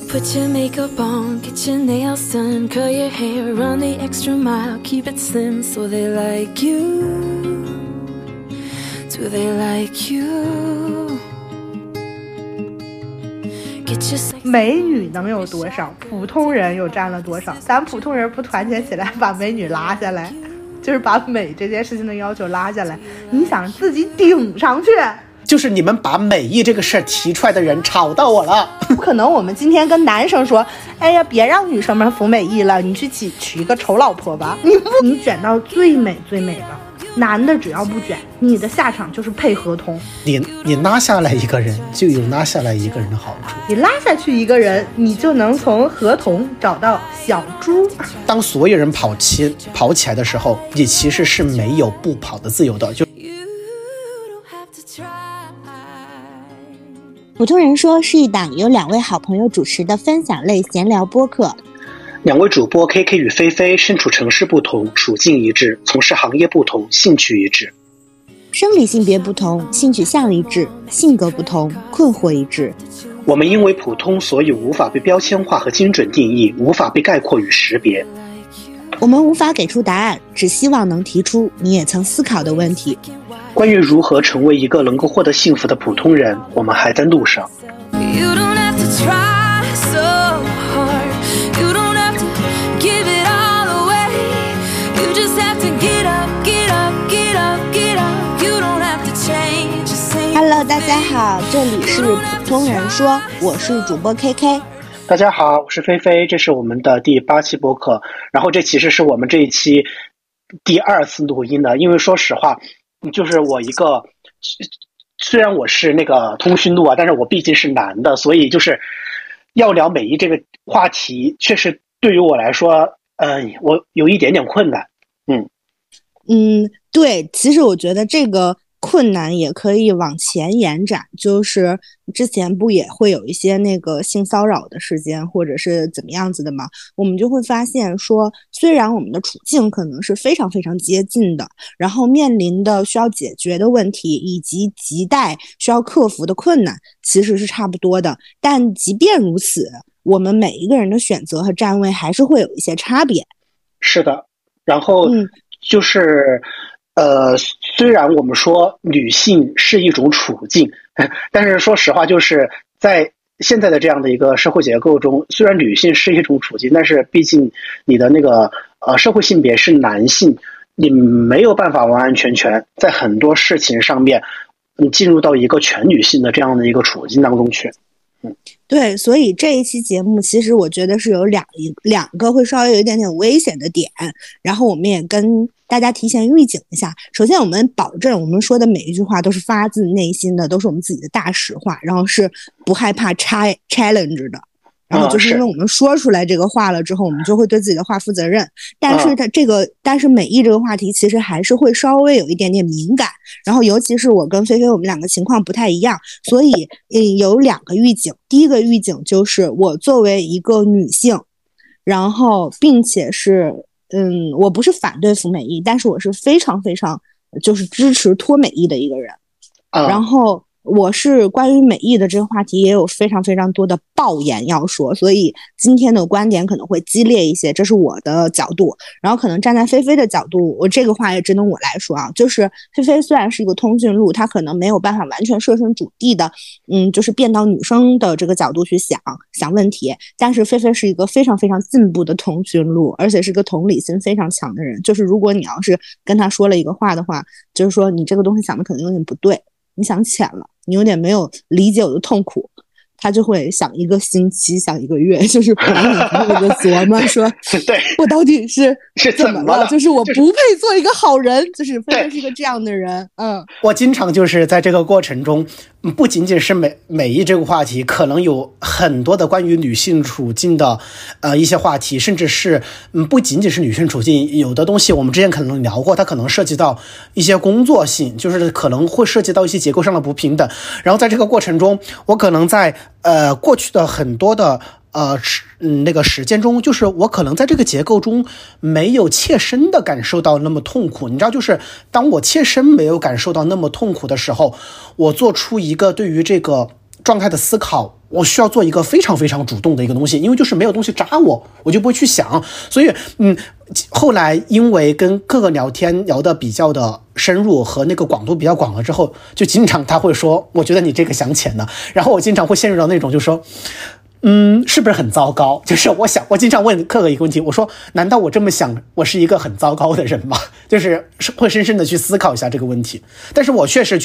Put your makeup on, get your nails done, curl your hair, run the extra mile, keep it slim so they like you. Do they like you? 美女能有多少？普通人又占了多少？咱普通人不团结起来把美女拉下来，就是把美这件事情的要求拉下来，你想自己顶上去， 就是你们把美意这个事儿提出来的人吵到我了。 不可能我们今天跟男生说，哎呀别让女生们服美意了，你去娶一个丑老婆吧，你卷到最美最美的男的，只要不卷，你的下场就是配合同。 你拉下来一个人，就有拉下来一个人的好处。 你拉下去一个人，你就能从合同找到小猪。 当所有人跑起来的时候，你其实是没有不跑的自由的。 普通人说是一档由2位好朋友主持的分享类闲聊播客。 2位主播 KK 与菲菲身处城市不同，处境一致，从事行业不同，兴趣一致。 生理性别不同，性取向一致，性格不同，困惑一致。 我们因为普通，所以无法被标签化和精准定义，无法被概括与识别。 我们无法给出答案，只希望能提出你也曾思考的问题。 关于如何成为一个能够获得幸福的普通人，我们还在路上。 You don't have to try so hard. You don't have to give it all away. You just have to get up, get up, get up, get up. You don't have to change a thing. Hello， 大家好，这里是普通人说，我是主播 KK。 大家好，我是菲菲，这是我们的第8期播客。然后这其实是我们这一期第2次录音的，因为说实话，就是我一个，虽然我是那个通讯录啊，但是我毕竟是男的，所以就是要聊美意这个话题，确实对于我来说，我有一点点困难。 对，其实我觉得这个困难也可以往前延展，就是之前不也会有一些那个性骚扰的事件或者是怎么样子的吗？我们就会发现说，虽然我们的处境可能是非常非常接近的，然后面临的需要解决的问题以及亟待需要克服的困难其实是差不多的，但即便如此，我们每一个人的选择和站位还是会有一些差别。 是的，然后就是虽然我们说女性是一种处境，但是说实话，就是在现在的这样的一个社会结构中，虽然女性是一种处境，但是毕竟你的那个社会性别是男性，你没有办法完完全全在很多事情上面你进入到一个全女性的这样的一个处境当中去。 对，所以这一期节目其实我觉得是有两个会稍微有一点点危险的点，然后我们也跟大家提前预警一下。首先我们保证我们说的每一句话都是发自内心的，都是我们自己的大实话，然后是不害怕challenge 的，然后就是因为我们说出来这个话了之后，我们就会对自己的话负责任。但是美意这个话题其实还是会稍微有一点点敏感，然后尤其是我跟菲菲我们两个情况不太一样，所以有2个预警。第一个预警就是我作为一个女性，然后并且是我不是反对服美意，但是我是非常非常就是支持脱美意的一个人。然后我是关于美意的这个话题也有非常非常多的爆言要说，所以今天的观点可能会激烈一些，这是我的角度。然后可能站在菲菲的角度，我这个话也只能我来说啊，就是菲菲虽然是一个通讯录，她可能没有办法完全设身处地的就是变到女生的这个角度去想问题，但是菲菲是一个非常非常进步的通讯录，而且是个同理心非常强的人。就是如果你要是跟她说了一个话的话，就是说你这个东西想的可能有点不对，你想浅了，你有点没有理解我的痛苦，他就会想1个星期，想1个月，就是把你那个琢磨说，对，我到底是怎么了？就是我不配做一个好人，就是菲菲是一个这样的人。 我经常就是在这个过程中，不仅仅是美意这个话题，可能有很多的关于女性处境的一些话题，甚至是不仅仅是女性处境，有的东西我们之前可能聊过，它可能涉及到一些工作性，就是可能会涉及到一些结构上的不平等。然后在这个过程中，我可能在过去的很多的那个时间中，就是我可能在这个结构中没有切身的感受到那么痛苦，你知道，就是当我切身没有感受到那么痛苦的时候，我做出一个对于这个状态的思考，我需要做一个非常非常主动的一个东西，因为就是没有东西扎我就不会去想。所以后来因为跟各个聊天聊得比较的深入和那个广度比较广了之后，就经常他会说我觉得你这个想浅了，然后我经常会陷入到那种就说是不是很糟糕？就是我经常问克克一个问题，我说难道我这么想我是一个很糟糕的人吗？就是会深深的去思考一下这个问题。但是我确实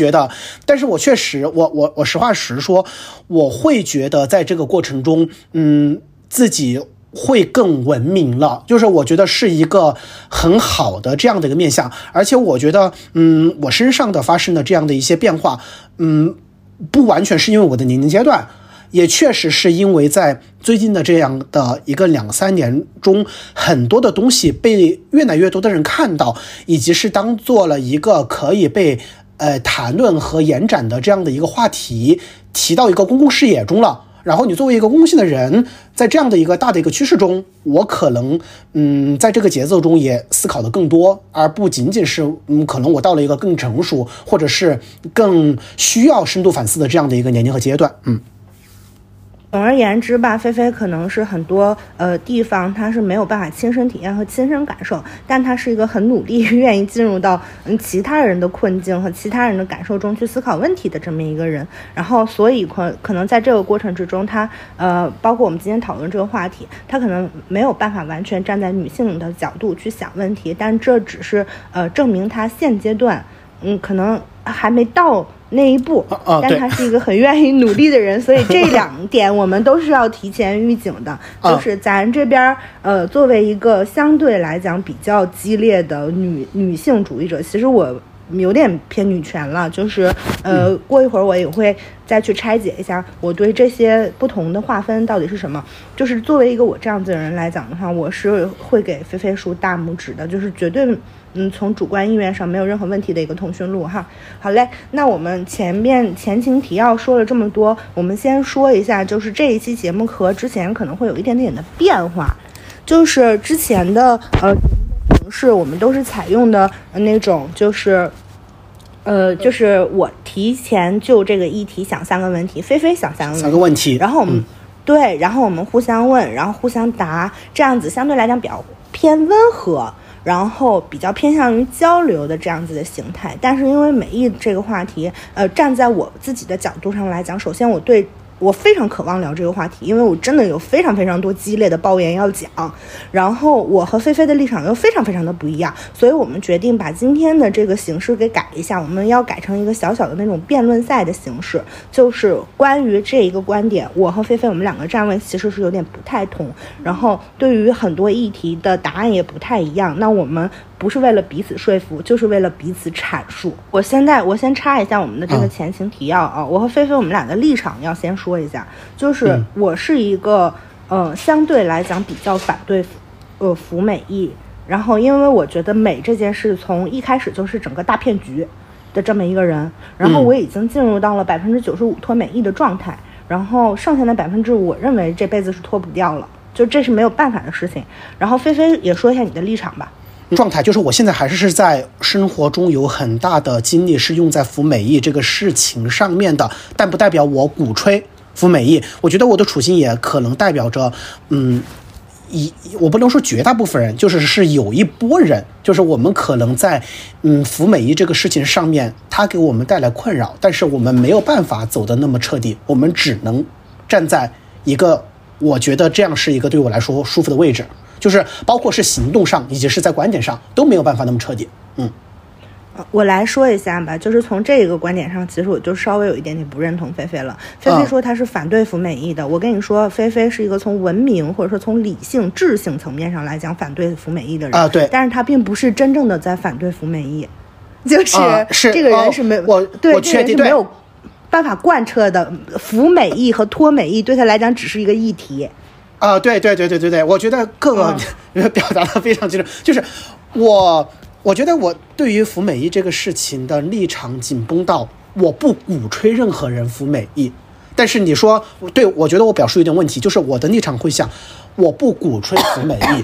我实话实说，我会觉得在这个过程中自己会更文明了，就是我觉得是一个很好的这样的一个面向。而且我觉得我身上的发生的这样的一些变化不完全是因为我的年龄阶段，也确实是因为在最近的这样的一个2-3年中，很多的东西被越来越多的人看到，以及是当做了一个可以被谈论和延展的这样的一个话题提到一个公共视野中了。然后你作为一个公共性的人，在这样的一个大的一个趋势中，我可能在这个节奏中也思考的更多，而不仅仅是可能我到了一个更成熟或者是更需要深度反思的这样的一个年龄和阶段。 总而言之吧，菲菲可能是很多地方他是没有办法亲身体验和亲身感受，但他是一个很努力愿意进入到其他人的困境和其他人的感受中去思考问题的这么一个人。然后所以可能在这个过程之中，他包括我们今天讨论这个话题，他可能没有办法完全站在女性的角度去想问题，但这只是证明他现阶段可能还没到那一步，但他是一个很愿意努力的人，所以这2点我们都是要提前预警的。就是咱这边作为一个相对来讲比较激烈的女性主义者，其实我有点偏女权了，就是过一会儿我也会再去拆解一下我对这些不同的划分到底是什么。就是作为一个我这样子的人来讲的话，我是会给菲菲竖大拇指的，就是绝对从主观意愿上没有任何问题的一个通讯录哈。好嘞，那我们前情提要说了这么多，我们先说一下，就是这一期节目和之前可能会有一点点的变化。就是之前的形式我们都是采用的那种就是我提前就这个议题想3个问题，菲菲想3个问题，然后我们对，然后我们互相问，然后互相答，这样子相对来讲比较偏温和，然后比较偏向于交流的这样子的形态。但是因为美意这个话题站在我自己的角度上来讲，首先我非常渴望聊这个话题，因为我真的有非常非常多激烈的抱怨要讲，然后我和菲菲的立场又非常非常的不一样，所以我们决定把今天的这个形式给改一下，我们要改成一个小小的那种辩论赛的形式，就是关于这一个观点，我和菲菲我们2个站位其实是有点不太同，然后对于很多议题的答案也不太一样，那我们不是为了彼此说服，就是为了彼此阐述。我先插一下我们的这个前情提要啊，我和菲菲我们俩的立场要先说一下，就是我是一个相对来讲比较反对服美役，然后因为我觉得美这件事从一开始就是整个大骗局的这么一个人，然后我已经进入到了95%脱美役的状态，然后剩下的5%我认为这辈子是脱不掉了，就这是没有办法的事情。然后菲菲也说一下你的立场吧。 状态就是我现在还是在生活中有很大的精力是用在服美役这个事情上面的，但不代表我鼓吹服美役。我觉得我的处境也可能代表着我不能说绝大部分人，就是有一波人，就是我们可能在服美役这个事情上面它给我们带来困扰，但是我们没有办法走得那么彻底，我们只能站在一个我觉得这样是一个对我来说舒服的位置，就是包括是行动上以及是在观点上都没有办法那么彻底。 我来说一下吧，就是从这个观点上，其实我就稍微有一点点不认同菲菲了。菲菲说她是反对服美役的，我跟你说，菲菲是一个从文明或者说从理性智性层面上来讲反对服美役的人对， 但是她并不是真正的在反对服美役，就是这个人是没有对这个人是没有办法贯彻的，服美役和脱美役对他来讲只是一个议题。 对，我觉得各个表达的非常清楚，就是我觉得我对于服美役这个事情的立场紧绷到我不鼓吹任何人服美役，但是你说对，我觉得我表述有点问题，就是我的立场会想我不鼓吹服美役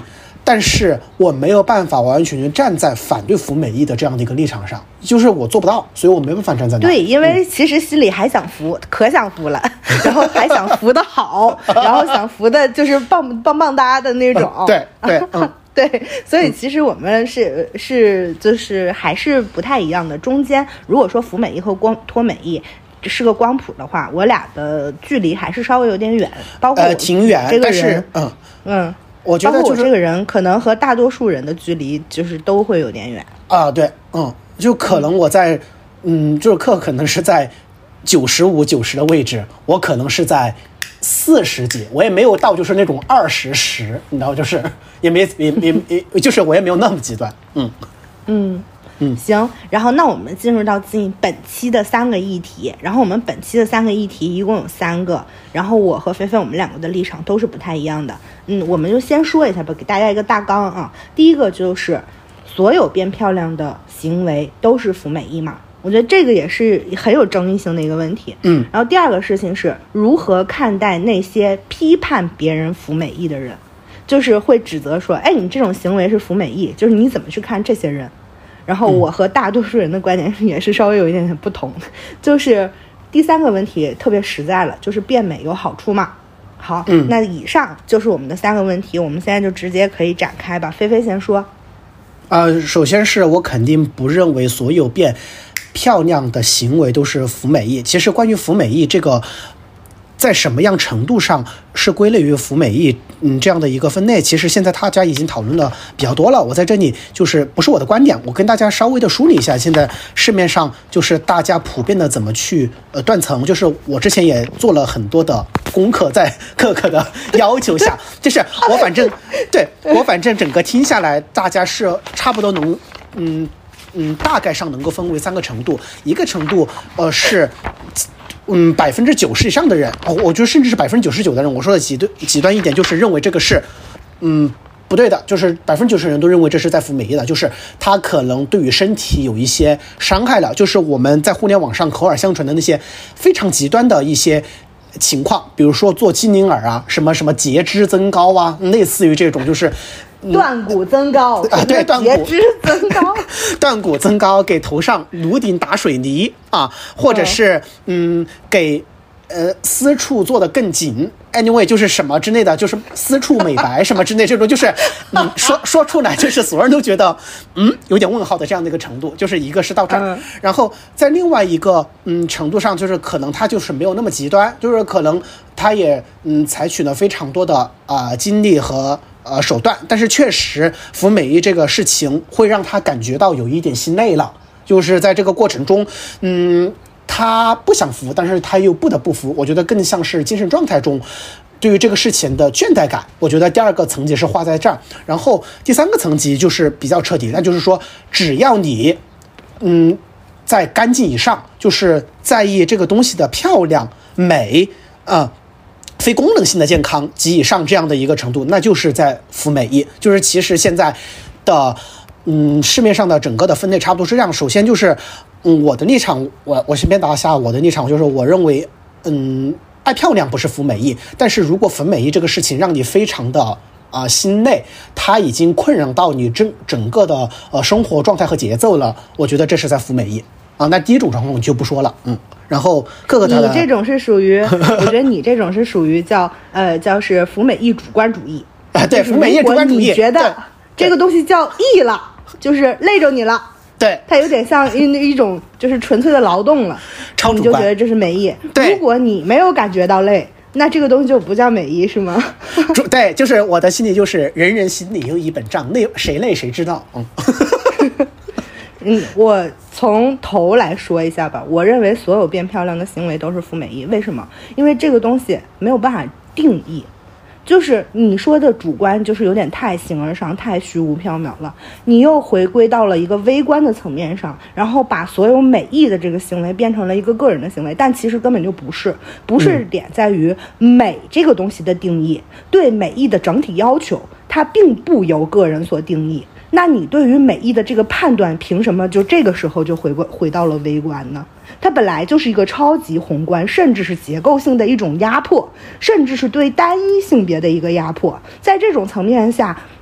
但是我没有办法完完全全站在反对服美役的这样的一个立场上，就是我做不到，所以我没办法站在那。 对，因为其实心里还想服，可想服了，然后还想服的好，然后想服的就是棒棒哒的那种。 对对， 对，所以其实我们是就是还是不太一样的。中间如果说服美役和脱美役是个光谱的话，我俩的距离还是稍微有点远，包括挺远，但是我觉得我这个人可能和大多数人的距离就是都会有点远啊。对，就可能我在就是课可能是在95、90的位置，我可能是在40几，我也没有到就是那种20、10，你知道，就是也就是我也没有那么极端。 行，然后那我们进入到本期的3个议题，然后我们本期的3个议题一共有3个，然后我和菲菲我们2个的立场都是不太一样的。我们就先说一下吧，给大家一个大纲啊。第一个就是所有变漂亮的行为都是服美役嘛，我觉得这个也是很有争议性的一个问题。然后第二个事情是如何看待那些批判别人服美役的人，就是会指责说，哎，你这种行为是服美役，就是你怎么去看这些人。然后我和大多数人的观点也是稍微有一点点不同，就是第3个问题特别实在了，就是变美有好处吗？好，那以上就是我们的3个问题，我们现在就直接可以展开吧。菲菲先说。 首先是我肯定不认为所有变漂亮的行为都是服美役。其实关于服美役这个，在什么样程度上是归类于服美役这样的一个分类，其实现在大家已经讨论的比较多了。我在这里就是不是我的观点，我跟大家稍微的梳理一下现在市面上就是大家普遍的怎么去断层。就是我之前也做了很多的功课，在各个的要求下，就是我反正整个听下来，大家是差不多能大概上能够分为3个程度。一个程度是90%以上的人，我觉得甚至是99%的人，我说的极端一点，就是认为这个是不对的，就是90%人都认为这是在服美役的，就是他可能对于身体有一些伤害了，就是我们在互联网上口耳相传的那些非常极端的一些情况，比如说做鸡拧耳啊，什么什么截肢增高啊，类似于这种就是断骨增高啊，对， 截肢增高， 断骨增高，给头上颅顶打水泥啊，或者是给私处做得更紧 ，anyway 就是什么之类的，就是私处美白什么之类，这种就是说出来就是所有人都觉得有点问号的这样的一个程度，就是一个是到这儿，然后在另外一个程度上，就是可能他就是没有那么极端，就是可能他也采取了非常多的精力和手段，但是确实服美役这个事情会让他感觉到有一点心累了，就是在这个过程中他不想服，但是他又不得不服，我觉得更像是精神状态中对于这个事情的倦怠感。我觉得第2个层级是画在这儿，然后第3个层级就是比较彻底，那就是说只要你在干净以上，就是在意这个东西的漂亮美非功能性的健康及以上这样的一个程度，那就是在服美役。就是其实现在的市面上的整个的分类差不多是这样。首先就是我的立场，我先表达一下我的立场，就是我认为爱漂亮不是服美役，但是如果服美役这个事情让你非常的心累，它已经困扰到你整个的生活状态和节奏了，我觉得这是在服美役那第一种状况我就不说了然后各个你这种是属于我觉得你这种是属于叫是服美役主观主义对，服美役主观主义， 你觉得这个东西叫役了，就是累着你了， 对， 它有点像一种就是纯粹的劳动了， 超主观， 你就觉得这是美役。如果你没有感觉到累，那这个东西就不叫美役，是吗？ 对，就是我的心里就是人人心里有一本账，谁累谁知道。 我从头来说一下吧，我认为所有变漂亮的行为都是服美役。为什么？因为这个东西没有办法定义，就是你说的主观就是有点太形而上，太虚无缥缈了。你又回归到了一个微观的层面上，然后把所有美役的这个行为变成了一个个人的行为，但其实根本就不是点在于美这个东西的定义，对美役的整体要求它并不由个人所定义。那你对于美役的这个判断凭什么就这个时候就回到了微观呢？它本来就是一个超级宏观，甚至是结构性的一种压迫，甚至是对单一性别的一个压迫。在这种层面下，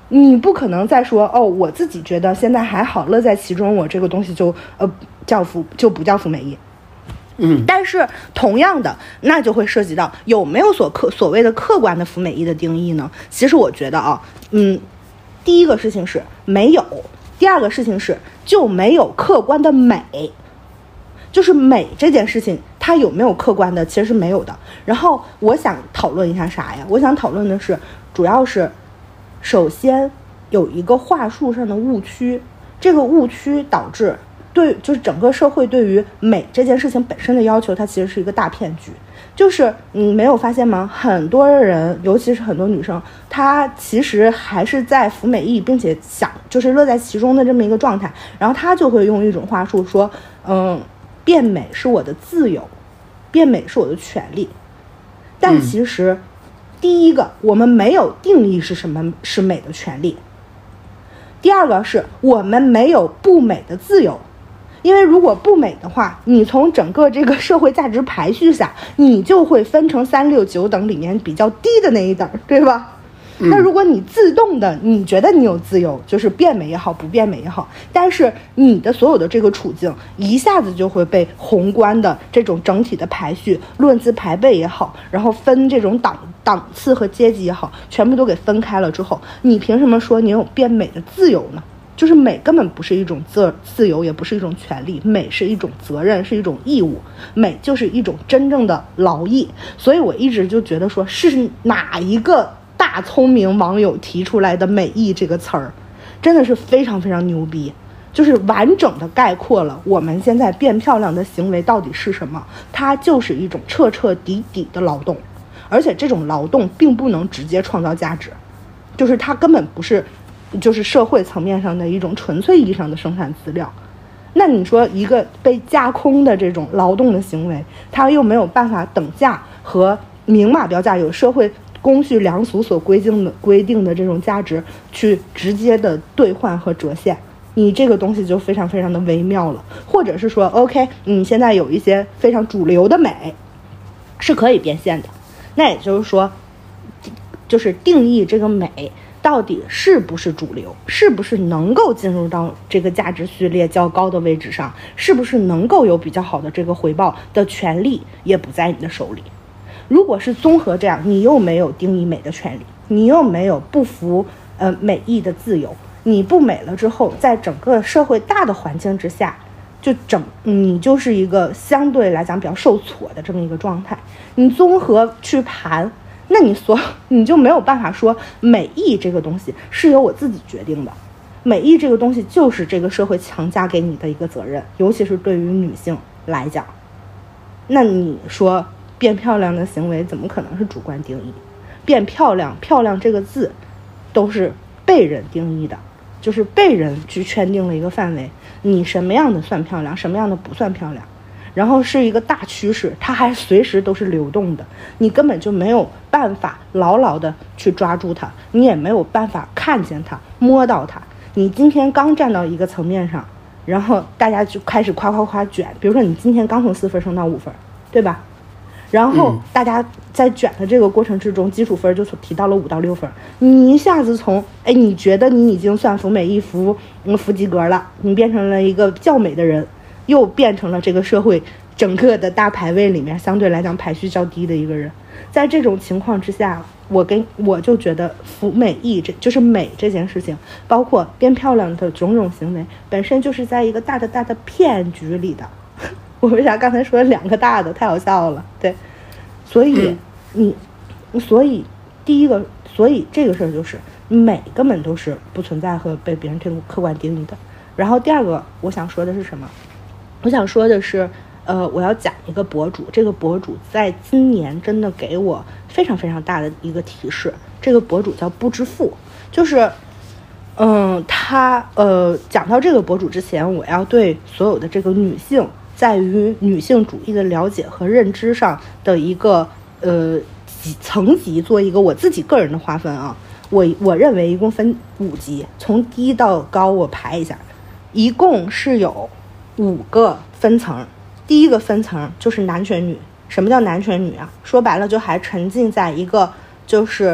你不可能再说哦，我自己觉得现在还好，乐在其中，我这个东西就不叫服美役。但是同样的，那就会涉及到有没有所谓的客观的服美役的定义呢？其实我觉得啊，第一个事情是没有，第二个事情是就没有客观的美，就是美这件事情它有没有客观的其实是没有的。然后我想讨论一下啥呀？我想讨论的是，主要是首先有一个话术上的误区，这个误区导致就是整个社会对于美这件事情本身的要求，它其实是一个大骗局。就是你没有发现吗？很多人，尤其是很多女生，她其实还是在服美役，并且就是乐在其中的这么一个状态，然后她就会用一种话术说，变美是我的自由，变美是我的权利。但其实，第一个，我们没有定义是什么是美的权利；第二个是我们没有不美的自由。因为如果不美的话，你从整个这个社会价值排序下，你就会分成3、6、9等里面比较低的那一等，对吧？那如果你自动的，你觉得你有自由，就是变美也好，不变美也好，但是你的所有的这个处境一下子就会被宏观的这种整体的排序、论资排辈也好，然后分这种档次和阶级也好，全部都给分开了之后，你凭什么说你有变美的自由呢？就是美根本不是一种自由，也不是一种权利，美是一种责任，是一种义务，美就是一种真正的劳役。所以我一直就觉得说，是哪一个大聪明网友提出来的美役这个词儿，真的是非常非常牛逼，就是完整的概括了我们现在变漂亮的行为到底是什么。它就是一种彻彻底底的劳动，而且这种劳动并不能直接创造价值，就是它根本不是就是社会层面上的一种纯粹意义上的生产资料。那你说一个被架空的这种劳动的行为，它又没有办法等价和明码标价，有社会公序良俗所规定的这种价值去直接的兑换和折现，你这个东西就非常非常的微妙了。或者是说 OK， 你现在有一些非常主流的美是可以变现的，那也就是说，就是定义这个美到底是不是主流，是不是能够进入到这个价值序列较高的位置上，是不是能够有比较好的这个回报的权利也不在你的手里。如果是综合这样，你又没有定义美的权利，你又没有不服美意的自由，你不美了之后，在整个社会大的环境之下，你就是一个相对来讲比较受挫的这么一个状态。你综合去盘，那你就没有办法说美意这个东西是由我自己决定的，美意这个东西就是这个社会强加给你的一个责任，尤其是对于女性来讲。那你说变漂亮的行为怎么可能是主观定义？变漂亮，漂亮这个字都是被人定义的，就是被人去圈定了一个范围，你什么样的算漂亮，什么样的不算漂亮，然后是一个大趋势，它还随时都是流动的，你根本就没有办法牢牢的去抓住它，你也没有办法看见它，摸到它。你今天刚站到一个层面上，然后大家就开始夸卷，比如说你今天刚从4分升到5分，对吧？然后大家在卷的这个过程之中，基础分就提到了5到6分，你一下子从你觉得你已经算服美役服及格了，你变成了一个较美的人，又变成了这个社会整个的大排位里面相对来讲排序较低的一个人。在这种情况之下，我就觉得服美役就是美这件事情，包括变漂亮的种种行为，本身就是在一个大的骗局里的。我为啥刚才说2个大的，太好笑了。对，所以第一个，所以这个事儿就是美根本都是不存在和被别人客观定义的。然后第二个我想说的是什么？我想说的是我要讲一个博主，这个博主在今年真的给我非常非常大的一个提示。这个博主叫不知富，就是他讲到这个博主之前，我要对所有的这个女性在于女性主义的了解和认知上的一个层级做一个我自己个人的划分啊。我认为一共分5级，从低到高我排一下，一共是有5个分层。第一个分层就是男权女。什么叫男权女啊？说白了就还沉浸在一个就是大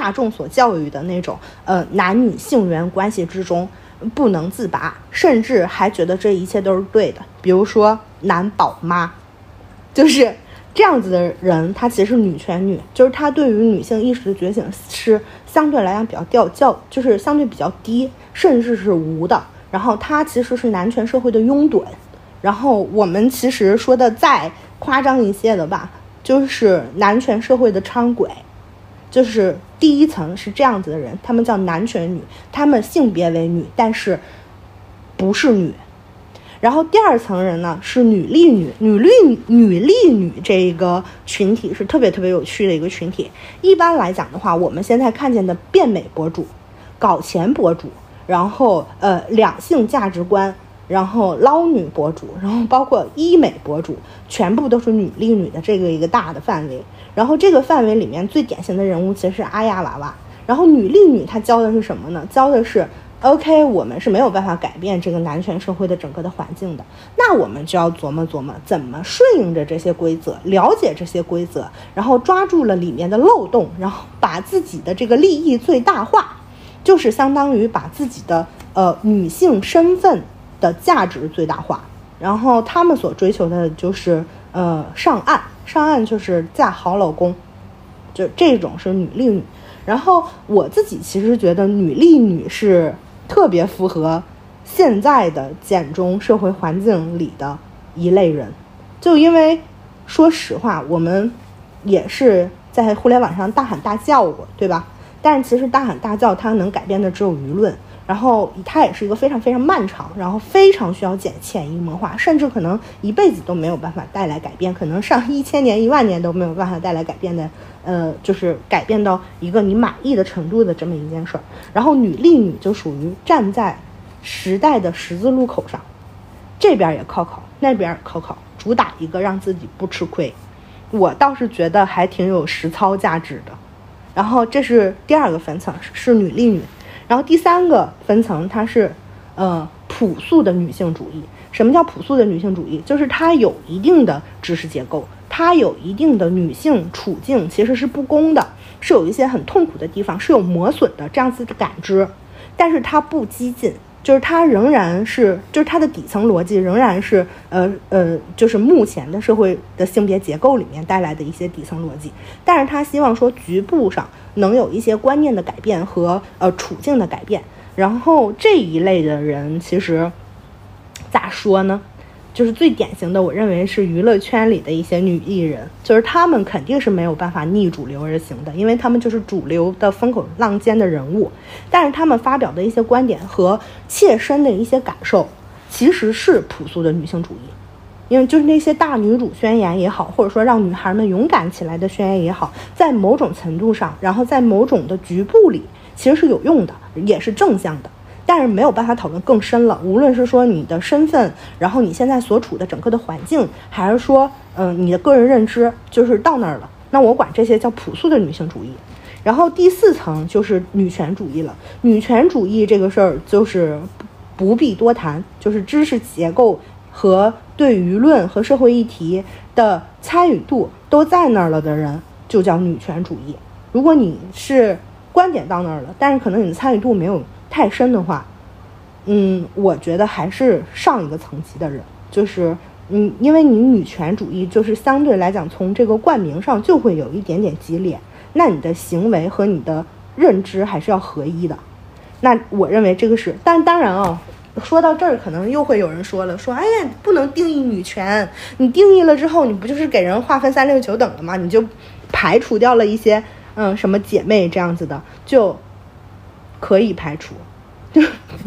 大众所教育的那种男女性缘关系之中不能自拔，甚至还觉得这一切都是对的。比如说男宝妈，就是这样子的人，他其实是女权女，就是他对于女性意识的觉醒是相对来讲比较就是相对比较低，甚至是无的。然后他其实是男权社会的拥趸。然后我们其实说的再夸张一些的吧，就是男权社会的伥鬼。就是第一层是这样子的人，他们叫男权女，他们性别为女，但是不是女。然后第二层人呢是女力女，女力女这一个群体是特别特别有趣的一个群体。一般来讲的话，我们现在看见的变美博主、搞钱博主，然后两性价值观，然后捞女博主，然后包括医美博主，全部都是女力女的这个一个大的范围。然后这个范围里面最典型的人物其实是阿亚娃娃。然后女力女她教的是什么呢？教的是 OK， 我们是没有办法改变这个男权社会的整个的环境的，那我们就要琢磨琢磨怎么顺应着这些规则，了解这些规则，然后抓住了里面的漏洞，然后把自己的这个利益最大化，就是相当于把自己的女性身份的价值最大化。然后他们所追求的就是上岸就是嫁好老公，就这种是女力女。然后我自己其实觉得女力女是特别符合现在的简中社会环境里的一类人，就因为说实话我们也是在互联网上大喊大叫过，对吧？但是其实大喊大叫它能改变的只有舆论，然后它也是一个非常非常漫长，然后非常需要潜移默化，甚至可能一辈子都没有办法带来改变，可能上1000年10000年都没有办法带来改变的就是改变到一个你满意的程度的这么一件事儿。然后女力女就属于站在时代的十字路口上，这边也靠考，那边也靠考，主打一个让自己不吃亏。我倒是觉得还挺有实操价值的。然后这是第二个分层，是女力女。然后第三个分层它是朴素的女性主义。什么叫朴素的女性主义？就是它有一定的知识结构，它有一定的女性处境其实是不公的，是有一些很痛苦的地方，是有磨损的这样子的感知，但是它不激进，就是它仍然是，就是它的底层逻辑仍然是就是目前的社会的性别结构里面带来的一些底层逻辑，但是它希望说局部上能有一些观念的改变和处境的改变。然后这一类的人其实咋说呢，就是最典型的我认为是娱乐圈里的一些女艺人，就是她们肯定是没有办法逆主流而行的，因为她们就是主流的风口浪尖的人物，但是她们发表的一些观点和切身的一些感受其实是朴素的女性主义。因为就是那些大女主宣言也好，或者说让女孩们勇敢起来的宣言也好，在某种程度上，然后在某种的局部里其实是有用的，也是正向的，但是没有办法讨论更深了。无论是说你的身份，然后你现在所处的整个的环境，还是说你的个人认知，就是到那儿了，那我管这些叫朴素的女性主义。然后第四层就是女权主义了。女权主义这个事儿就是不必多谈，就是知识结构和对舆论和社会议题的参与度都在那儿了的人就叫女权主义。如果你是观点到那儿了，但是可能你的参与度没有太深的话，我觉得还是上一个层级的人，就是因为你女权主义就是相对来讲从这个冠名上就会有一点点激烈，那你的行为和你的认知还是要合一的。那我认为这个是，但当然啊，说到这儿可能又会有人说了，说哎呀不能定义女权，你定义了之后你不就是给人划分3、6、9等了吗？你就排除掉了一些什么姐妹这样子的，就可以排除。就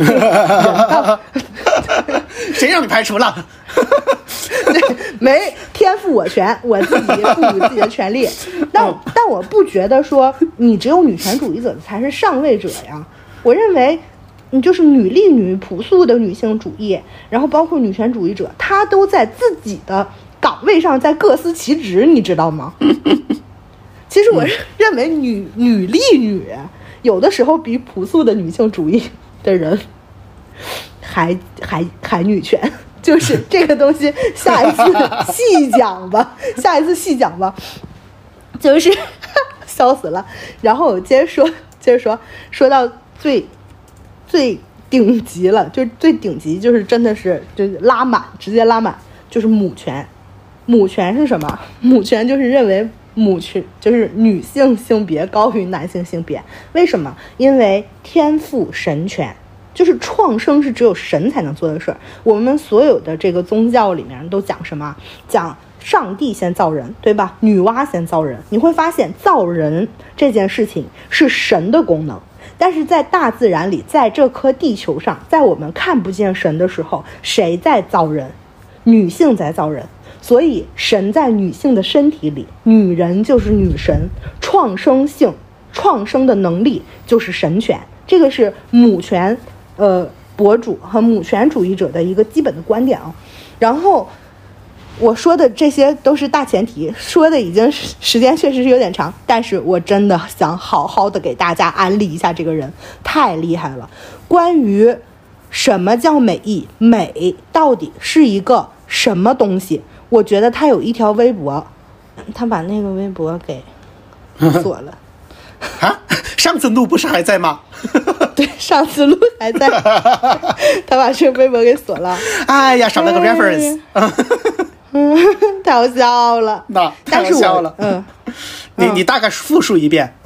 谁让你排除了？ 没天赋我权，我自己赋予自己的权利。但我不觉得说你只有女权主义者才是上位者呀。我认为你就是女力女朴素的女性主义，然后包括女权主义者，她都在自己的岗位上在各司其职，你知道吗？其实我认为女力女有的时候比朴素的女性主义的人还女权，就是这个东西下一次细讲吧，就是笑死了。然后我接着说到最顶级了，就是最顶级，就是真的是就拉满，直接拉满，就是母权。母权是什么？母权就是认为母权就是女性性别高于男性性别。为什么？因为天赋神权，就是创生是只有神才能做的事儿。我们所有的这个宗教里面都讲什么？讲上帝先造人，对吧？女娲先造人。你会发现造人这件事情是神的功能，但是在大自然里，在这颗地球上，在我们看不见神的时候，谁在造人？女性在造人。所以神在女性的身体里，女人就是女神，创生的能力就是神权。这个是母权博主和母权主义者的一个基本的观点啊。然后我说的这些都是大前提，说的已经时间确实是有点长，但是我真的想好好的给大家安利一下这个人，太厉害了。关于什么叫美意，美到底是一个什么东西，我觉得他有一条微博，他把那个微博给锁了啊，上次录不是还在吗？ 对，上次录还在，他把这个微博给锁了。 哎呀，少了个 reference。 太好笑了。 那太好笑了。你大概复述一遍。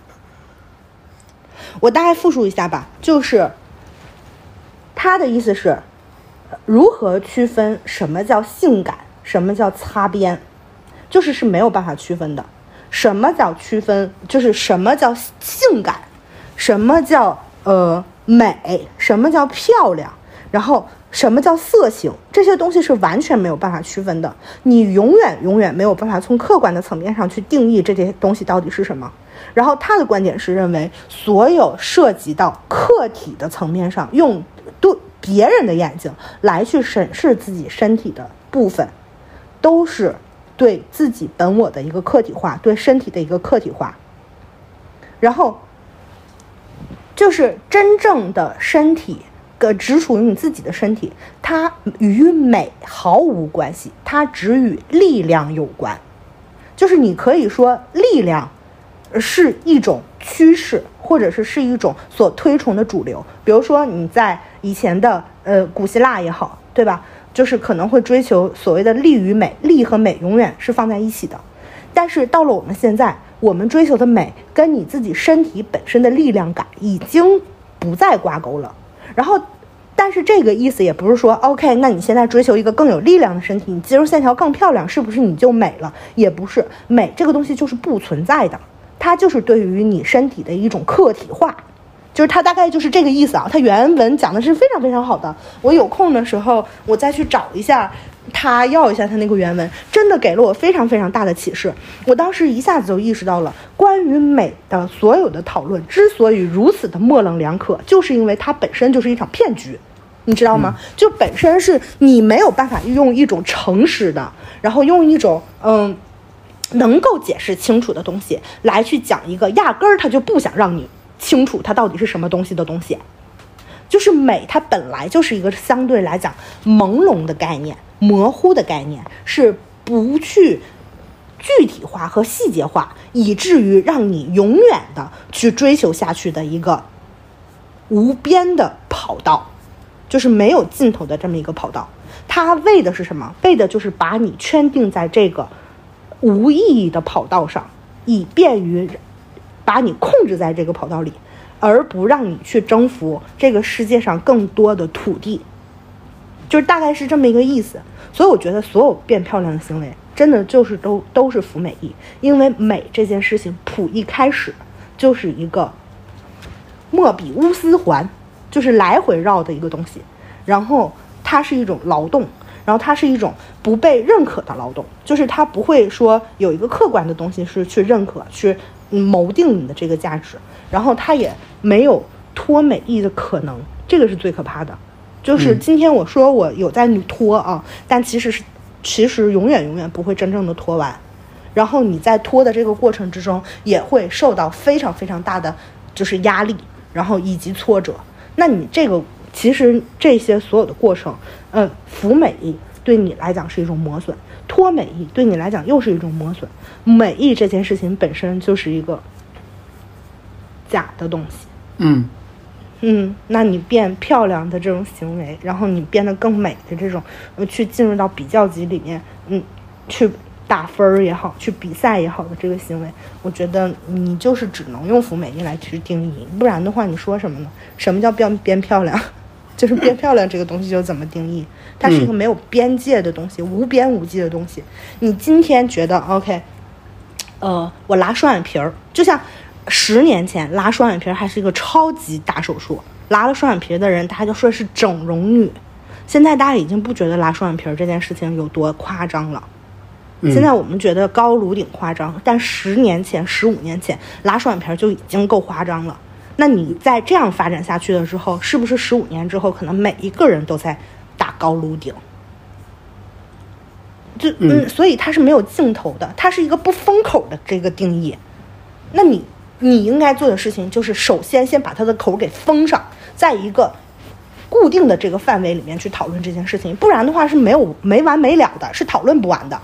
我大概复述一下吧，就是他的意思是如何区分什么叫性感，什么叫擦边，是没有办法区分的。什么叫区分？就是什么叫性感，什么叫美，什么叫漂亮，然后什么叫色情，这些东西是完全没有办法区分的。你永远没有办法从客观的层面上去定义这些东西到底是什么。然后他的观点是认为，所有涉及到客体的层面上，用对别人的眼睛来去审视自己身体的部分，都是对自己本我的一个客体化，对身体的一个客体化。然后就是真正的身体只属于你自己的身体，它与美毫无关系，它只与力量有关。就是你可以说力量是一种趋势，或者是一种所推崇的主流。比如说你在以前的古希腊也好，对吧，就是可能会追求所谓的力与美，力和美永远是放在一起的。但是到了我们现在，我们追求的美跟你自己身体本身的力量感已经不再挂钩了。然后但是这个意思也不是说 OK， 那你现在追求一个更有力量的身体，你肌肉线条更漂亮，是不是你就美了？也不是，美这个东西就是不存在的，它就是对于你身体的一种客体化，就是它大概就是这个意思啊。它原文讲的是非常非常好的，我有空的时候我再去找一下，要一下他那个原文，真的给了我非常非常大的启示。我当时一下子就意识到了，关于美的所有的讨论之所以如此的模棱两可，就是因为它本身就是一场骗局，你知道吗？就本身是你没有办法用一种诚实的，然后用一种能够解释清楚的东西来去讲一个压根儿他就不想让你清楚它到底是什么东西的东西。就是美它本来就是一个相对来讲朦胧的概念，模糊的概念，是不去具体化和细节化，以至于让你永远的去追求下去的一个无边的跑道，就是没有尽头的这么一个跑道。它为的是什么？为的就是把你圈定在这个无意义的跑道上，以便于把你控制在这个跑道里，而不让你去征服这个世界上更多的土地，就是大概是这么一个意思。所以我觉得所有变漂亮的行为真的就是都是服美意，因为美这件事情谱一开始就是一个莫比乌斯环，就是来回绕的一个东西，然后它是一种劳动，然后它是一种不被认可的劳动，就是它不会说有一个客观的东西是去认可去谋定你的这个价值，然后它也没有脱美意的可能，这个是最可怕的。就是今天我说我有在脱啊，但其实永远不会真正的脱完，然后你在脱的这个过程之中也会受到非常非常大的就是压力，然后以及挫折。那你这个其实这些所有的过程服美意对你来讲是一种磨损，脱美意对你来讲又是一种磨损。美意这件事情本身就是一个假的东西。那你变漂亮的这种行为，然后你变得更美的这种，去进入到比较级里面，去打分也好，去比赛也好的这个行为，我觉得你就是只能用服美意来去定义，不然的话你说什么呢？什么叫变漂亮？就是变漂亮这个东西就怎么定义？它是一个没有边界的东西，无边无际的东西。你今天觉得 OK， 我拉双眼皮儿，就像10年前拉双眼皮还是一个超级大手术，拉了双眼皮的人大家就说是整容女。现在大家已经不觉得拉双眼皮这件事情有多夸张了，现在我们觉得高颅顶夸张，但10年前15年前拉双眼皮就已经够夸张了。那你在这样发展下去的时候，是不是15年之后可能每一个人都在打高颅顶？所以它是没有尽头的，它是一个不封口的这个定义。那你应该做的事情就是首先把它的口给封上，在一个固定的这个范围里面去讨论这件事情，不然的话是没完没了的，是讨论不完的。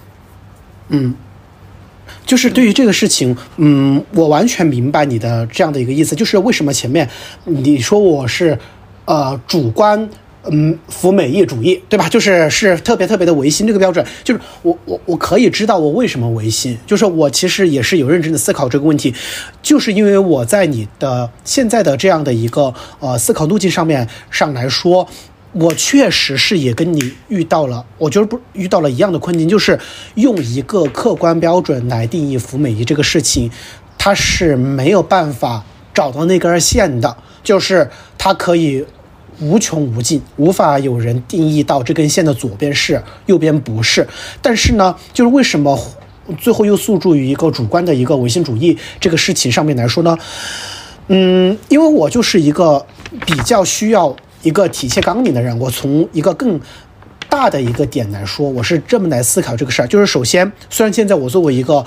就是对于这个事情，我完全明白你的这样的一个意思，就是为什么前面你说我是主观服美意主义，对吧？是特别的唯心这个标准，就是我可以知道我为什么唯心，就是我其实也是有认真的思考这个问题，就是因为我在你的现在的这样的一个思考路径上来说，我确实是也跟你遇到了一样的困境，就是用一个客观标准来定义服美意这个事情，它是没有办法找到那根线的，就是它可以无穷无尽，无法有人定义到这根线的左边是右边不是。但是呢，就是为什么最后又诉诸于一个主观的一个唯心主义这个事情上面来说呢？因为我就是一个比较需要一个体切纲领的人，我从一个更大的一个点来说，我是这么来思考这个事儿。就是首先，虽然现在我作为一个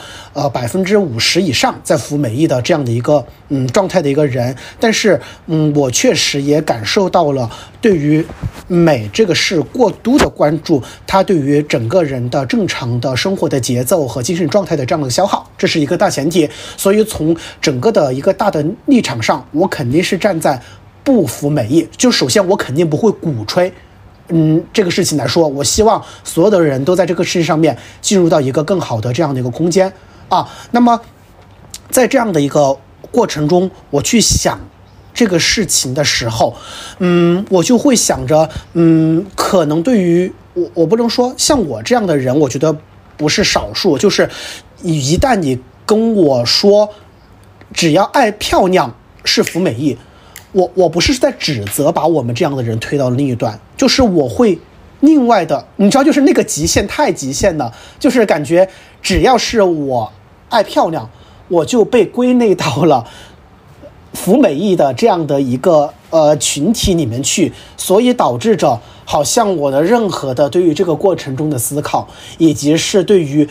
50%以上在服美意的这样的一个状态的一个人，但是我确实也感受到了对于美这个事过度的关注，它对于整个人的正常的生活的节奏和精神状态的这样的消耗，这是一个大前提。所以从整个的一个大的立场上，我肯定是站在不服美意。就首先我肯定不会鼓吹这个事情来说，我希望所有的人都在这个事情上面进入到一个更好的这样的一个空间啊。那么在这样的一个过程中，我去想这个事情的时候，我就会想着，可能对于我不能说像我这样的人，我觉得不是少数，就是一旦你跟我说只要爱漂亮是服美意，我不是在指责把我们这样的人推到另一端，就是我会另外的，你知道，就是那个极限太极限了，就是感觉只要是我爱漂亮，我就被归类到了服美意的这样的一个群体里面去，所以导致着好像我的任何的对于这个过程中的思考，以及是对于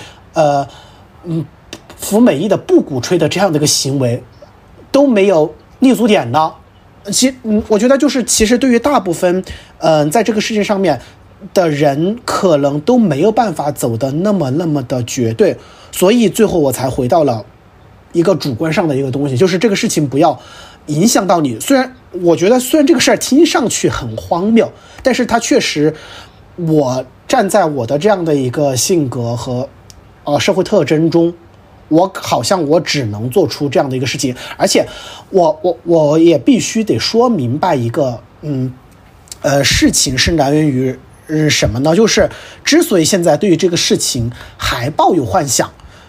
服美意的不鼓吹的这样的一个行为都没有立足点呢。我觉得就是其实对于大部分在这个世界上面的人，可能都没有办法走得那么的绝对，所以最后我才回到了一个主观上的一个东西，就是这个事情不要影响到你。我觉得虽然这个事儿听上去很荒谬，但是它确实，我站在我的这样的一个性格和社会特征中，我好像我只能做出这样的一个事情。而且我也必须得说明白一个事情是来源于什么呢？就是之所以现在对于这个事情还抱有幻想，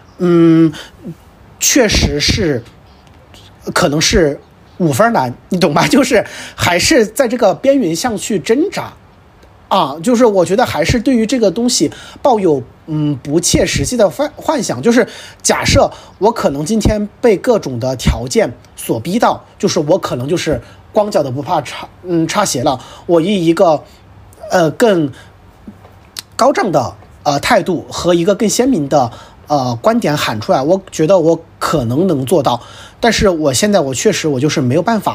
确实是可能是5分难，你懂吧？就是还是在这个边缘上去挣扎啊，就是我觉得还是对于这个东西抱有不切实际的幻想。就是假设我可能今天被各种的条件所逼到，就是我可能就是光脚的不怕擦鞋了，我以一个更高涨的态度和一个更鲜明的观点喊出来，我觉得我可能能做到。但是我现在我确实我就是没有办法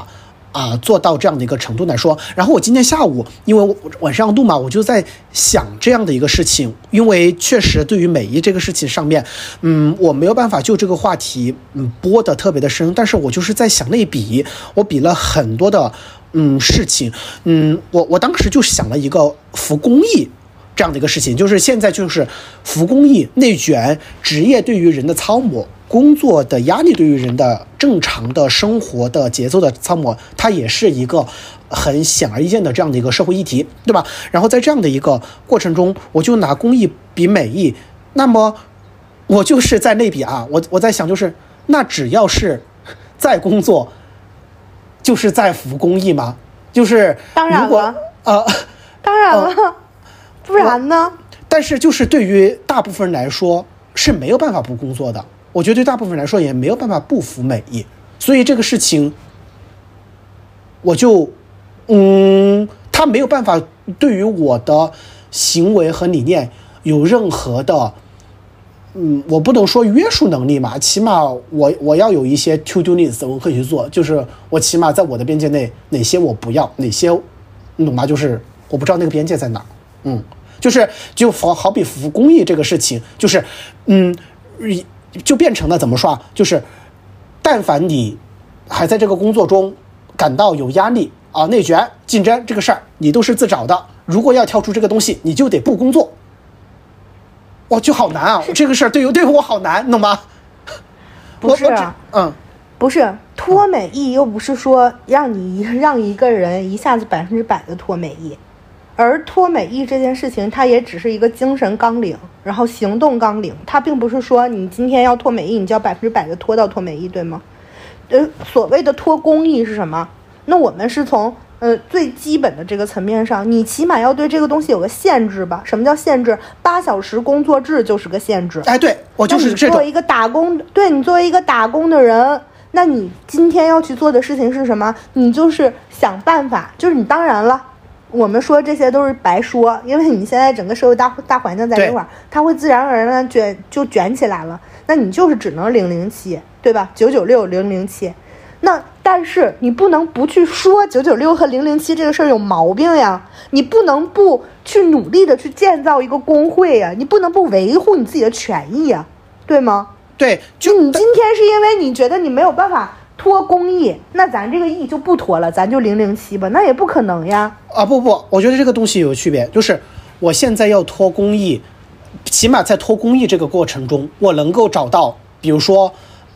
做到这样的一个程度来说。然后我今天下午因为我晚上要录嘛，我就在想这样的一个事情，因为确实对于美意这个事情上面，我没有办法就这个话题播的特别的深，但是我就是在想类比，我比了很多的事情，我当时就想了一个服公役这样的一个事情，就是现在就是服公役、内卷、职业对于人的操磨、工作的压力对于人的正常的生活的节奏的操磨，它也是一个很显而易见的这样的一个社会议题，对吧？然后在这样的一个过程中，我就拿公益比美意，那么我就是在类比我在想，就是那只要是在工作，就是在服公益吗？就是当然了，当然了，不然呢？ 但是就是对于大部分人来说是没有办法不工作的，我觉得对大部分人来说也没有办法不服美意，所以这个事情我就他没有办法对于我的行为和理念有任何的我不能说约束能力嘛，起码我要有一些 to do list 我可以去做，就是我起码在我的边界内哪些我不要，哪些你懂吗？就是我不知道那个边界在哪。就好比服公益这个事情，就是就变成了怎么说就是但凡你还在这个工作中感到有压力内卷竞争这个事儿你都是自找的，如果要跳出这个东西你就得不工作。哇，就好难这个事儿对于我好难，你懂吗？ 不是不是脱美意，又不是说让一个人一下子100%的脱美意，而脱美意这件事情它也只是一个精神纲领，然后行动纲领，它并不是说你今天要脱美意你就要100%的脱到脱美意，对吗？所谓的脱公益是什么？那我们是从最基本的这个层面上，你起码要对这个东西有个限制吧？什么叫限制？8小时工作制就是个限制。 对，我就是这种。 作为一个打工，对，你作为一个打工的人，那你今天要去做的事情是什么？你就是想办法，就是你当然了，我们说这些都是白说，因为你现在整个社会大环境在这块儿，它会自然而然的卷起来了，那你就是只能007，对吧？996、007。那但是你不能不去说996和007这个事儿有毛病呀，你不能不去努力的去建造一个工会呀，你不能不维护你自己的权益呀，对吗？ 对， 就你今天是因为你觉得你没有办法脱公益，那咱这个益就不脱了，咱就007吧，那也不可能呀。 不，我觉得这个东西有区别，就是我现在要脱公益，起码在脱公益这个过程中，我能够找到，比如说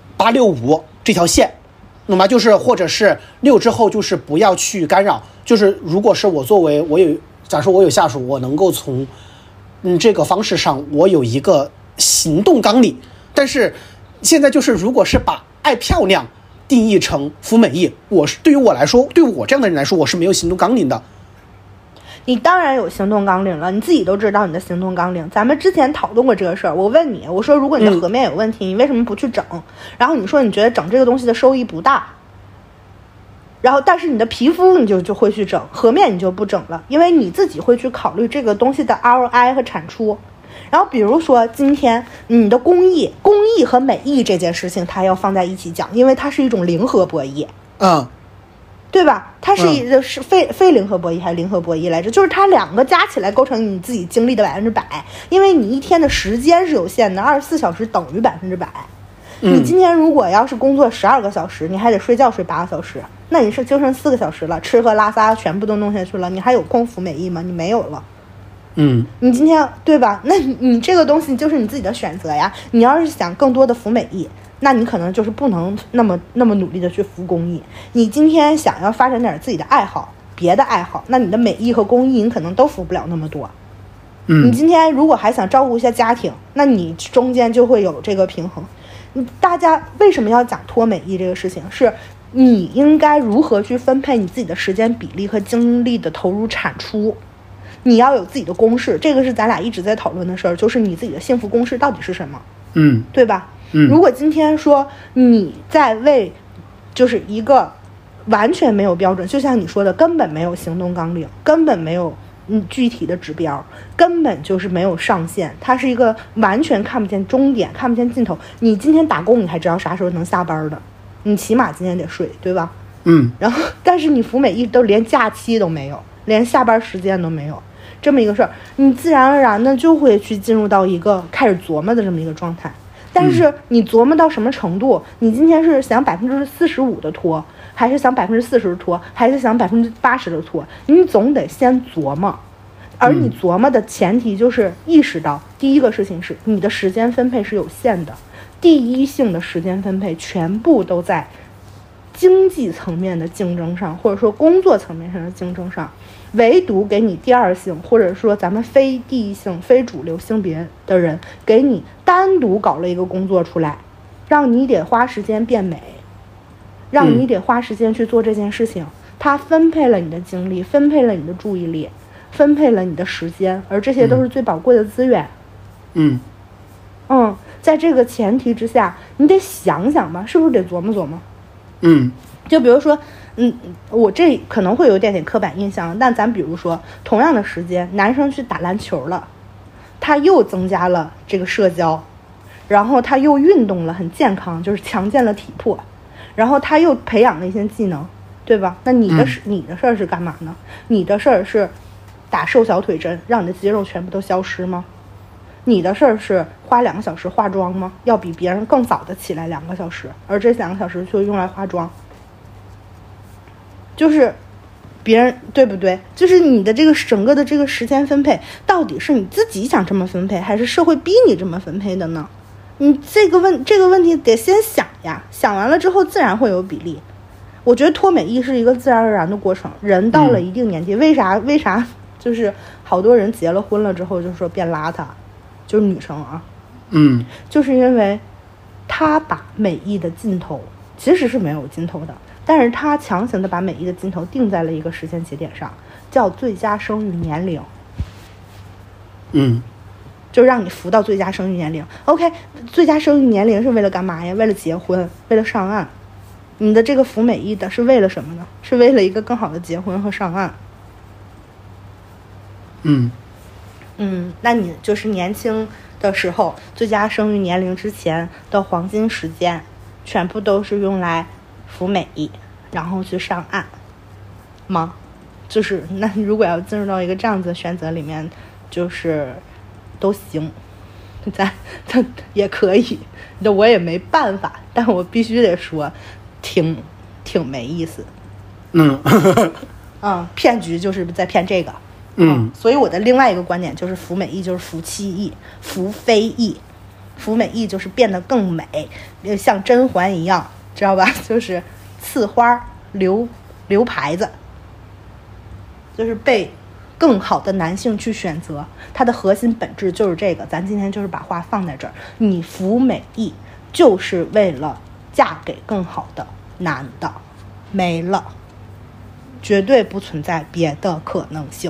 865这条线。那么就是或者是6之后就是不要去干扰，就是如果是我作为假设我有下属，我能够从这个方式上我有一个行动纲领。但是现在就是如果是把爱漂亮定义成服美意，对于我来说，对我这样的人来说，我是没有行动纲领的。 你当然有行动纲领了，你自己都知道你的行动纲领。咱们之前讨论过这个事儿，我问你，我说如果你的颌面有问题，你为什么不去整？然后你说你觉得整这个东西的收益不大，然后但是你的皮肤你就会去整，颌面你就不整了，因为你自己会去考虑这个东西的 ROI 和产出。然后比如说今天你的公益和美意这件事情，它要放在一起讲，因为它是一种零和博弈。对吧？它是非零和博弈还是零和博弈来着？就是它两个加起来构成你自己精力的100%，因为你一天的时间是有限的，24小时等于100%。你今天如果要是工作12个小时，你还得睡觉睡8个小时，那你是就剩4个小时了，吃喝拉撒全部都弄下去了，你还有空服美意吗？你没有了。你今天对吧？那你这个东西就是你自己的选择呀。你要是想更多的服美意，那你可能就是不能那么努力的去服公益。你今天想要发展点自己的爱好，别的爱好，那你的美意和公益你可能都服不了那么多。你今天如果还想照顾一下家庭，那你中间就会有这个平衡。大家为什么要讲脱美意这个事情？是你应该如何去分配你自己的时间比例和精力的投入产出。你要有自己的公式，这个是咱俩一直在讨论的事儿，就是你自己的幸福公式到底是什么？对吧？如果今天说你在为就是一个完全没有标准，就像你说的，根本没有行动纲领，根本没有具体的指标，根本就是没有上限，它是一个完全看不见终点，看不见尽头。你今天打工，你还知道啥时候能下班的？你起码今天得睡，对吧？ 然后但是你服美役都连假期都没有，连下班时间都没有，这么一个事儿，你自然而然的就会去进入到一个开始琢磨的这么一个状态。但是你琢磨到什么程度？你今天是想45%的拖，还是想40%的拖，还是想80%的拖？你总得先琢磨。而你琢磨的前提就是意识到，第一个事情是你的时间分配是有限的，第一性的时间分配全部都在经济层面的竞争上，或者说工作层面上的竞争上，唯独给你第二性，或者说咱们非第一性、非主流性别的人，给你单独搞了一个工作出来，让你得花时间变美，让你得花时间去做这件事情。它分配了你的精力，分配了你的注意力，分配了你的时间，而这些都是最宝贵的资源。在这个前提之下，你得想想吧，是不是得琢磨琢磨？就比如说，我这可能会有点刻板印象，但咱比如说，同样的时间，男生去打篮球了，他又增加了这个社交，然后他又运动了，很健康，就是强健了体魄，然后他又培养了一些技能，对吧？那你的事儿是干嘛呢？你的事儿是打瘦小腿针，让你的肌肉全部都消失吗？你的事儿是花2个小时化妆吗？要比别人更早的起来2个小时，而这2个小时就用来化妆，就是别人对不对？就是你的这个整个的这个时间分配，到底是你自己想这么分配，还是社会逼你这么分配的呢？你这个问题得先想呀，想完了之后自然会有比例。我觉得脱美役是一个自然而然的过程，人到了一定年纪，为啥就是好多人结了婚了之后就说变邋遢，就是女生啊，就是因为她把美役的尽头其实是没有尽头的，但是她强行的把美役的尽头定在了一个时间节点上，叫最佳生育年龄。就让你扶到最佳生育年龄。OK， 最佳生育年龄是为了干嘛呀？为了结婚，为了上岸。你的这个服美役的是为了什么呢？是为了一个更好的结婚和上岸。那你就是年轻的时候，最佳生育年龄之前的黄金时间，全部都是用来服美役，然后去上岸吗？就是那如果要进入到一个这样子的选择里面，就是都行，咱也可以，我也没办法，但我必须得说，挺没意思。骗局就是在骗这个。所以我的另外一个观点就是服美役就是服妻役，服非役。服美役就是变得更美，像甄嬛一样，知道吧？就是刺花留牌子，就是被更好的男性去选择，它的核心本质就是这个。咱今天就是把话放在这儿，你服美役就是为了嫁给更好的男的，没了，绝对不存在别的可能性。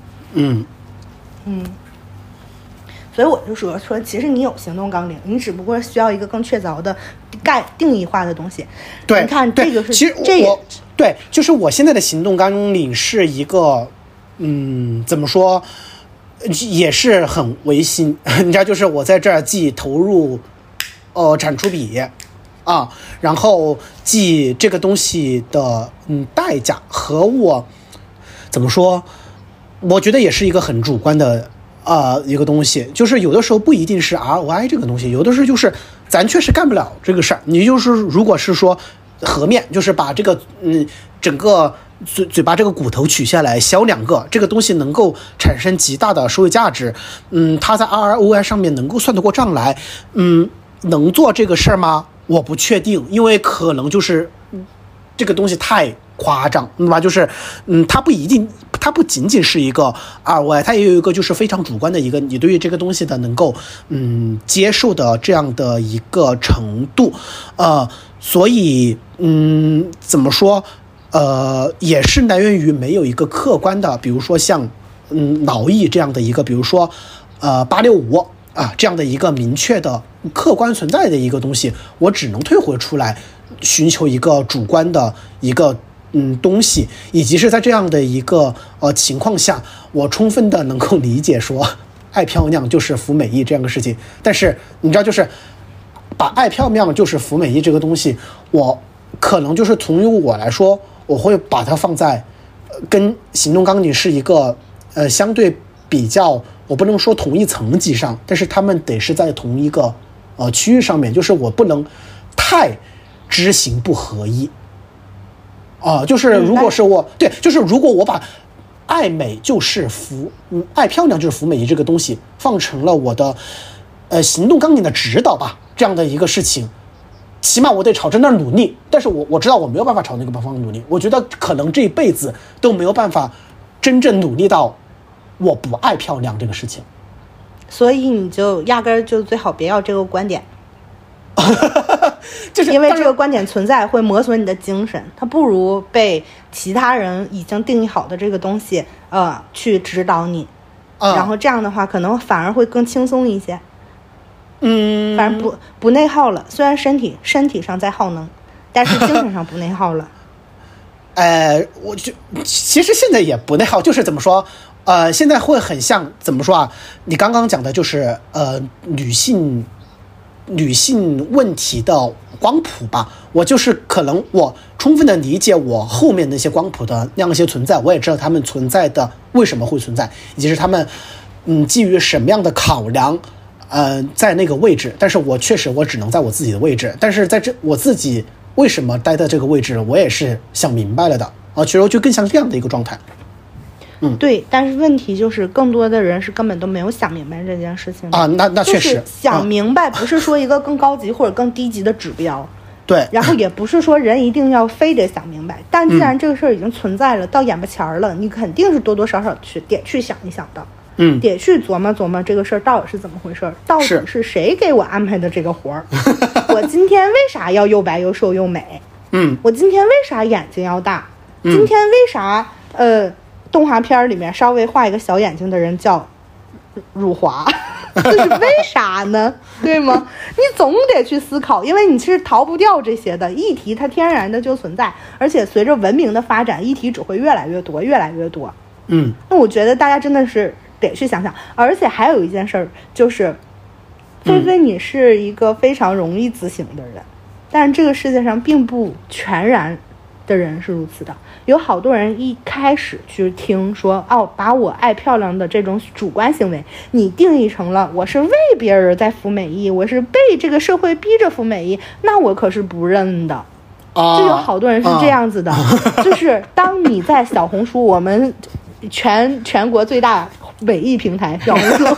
所以我就说，其实你有行动纲领，你只不过需要一个更确凿的定义化的东西。 对， 你看这个是， 其实对，就是我现在的行动纲领是一个，怎么说，也是很违心。你知道，就是我在这儿既投入，产出比啊，然后既这个东西的代价和我怎么说，我觉得也是一个很主观的。一个东西，就是有的时候不一定是 ROI 这个东西，有的时候就是咱确实干不了这个事儿。你就是如果是说和面，就是把这个整个嘴巴这个骨头取下来削2个，这个东西能够产生极大的收益价值。它在 ROI 上面能够算得过账来。能做这个事儿吗？我不确定，因为可能就是这个东西太夸张，对吧？就是它不一定，它不仅仅是一个 ROI， 它也有一个就是非常主观的一个你对于这个东西的能够接受的这样的一个程度。所以怎么说，也是来源于没有一个客观的，比如说像劳役这样的一个，比如说865这样的一个明确的客观存在的一个东西，我只能退回出来寻求一个主观的一个东西，以及是在这样的一个情况下，我充分的能够理解说爱漂亮就是服美役这样的事情。但是你知道，就是把爱漂亮就是服美役这个东西，我可能就是从于我来说，我会把它放在跟行动纲领是一个相对比较，我不能说同一层级上，但是他们得是在同一个区域上面，就是我不能太知行不合一就是如果是我对，就是如果我把爱美就是爱漂亮就是服美仪这个东西放成了我的行动纲领的指导吧，这样的一个事情，起码我得朝着那儿努力，但是我知道我没有办法朝那个方向努力，我觉得可能这一辈子都没有办法真正努力到我不爱漂亮这个事情， 所以你就压根儿就最好别要这个观点就是因为这个观点存在会磨损你的精神，它不如被其他人已经定义好的这个东西去指导你然后这样的话可能反而会更轻松一些，反正不内耗了，虽然身体上在耗能，但是精神上不内耗了我就其实现在也不内耗，就是怎么说现在会很像怎么说啊？你刚刚讲的就是女性问题的光谱吧，我就是可能我充分的理解我后面那些光谱的那样一些存在，我也知道他们存在的为什么会存在，以及是他们基于什么样的考量在那个位置，但是我确实我只能在我自己的位置，但是在我自己为什么待在这个位置我也是想明白了的其实就更像这样的一个状态。 对，但是问题就是更多的人是根本都没有想明白这件事情的那确实、 就是想明白不是说一个更高级或者更低级的指标对， 然后也不是说人一定要非得想明白，但既然这个事儿已经存在了，到眼巴前了，你肯定是多多少少得去想一想的得去琢磨琢磨这个事儿到底是怎么回事，到底是谁给我安排的这个活儿我今天为啥要又白又瘦又美我今天为啥眼睛要大今天为啥动画片里面稍微画一个小眼睛的人叫辱华这是为啥呢对吗？你总得去思考，因为你是逃不掉这些的议题，它天然的就存在，而且随着文明的发展，议题只会越来越多越来越多那我觉得大家真的是得去想想。而且还有一件事儿就是菲菲你是一个非常容易自省的人但是这个世界上并不全然的人是如此的，有好多人一开始去听说把我爱漂亮的这种主观行为你定义成了我是为别人在服美役，我是被这个社会逼着服美役，那我可是不认的就有好多人是这样子的就是当你在小红书我们全国最大美役平台小红书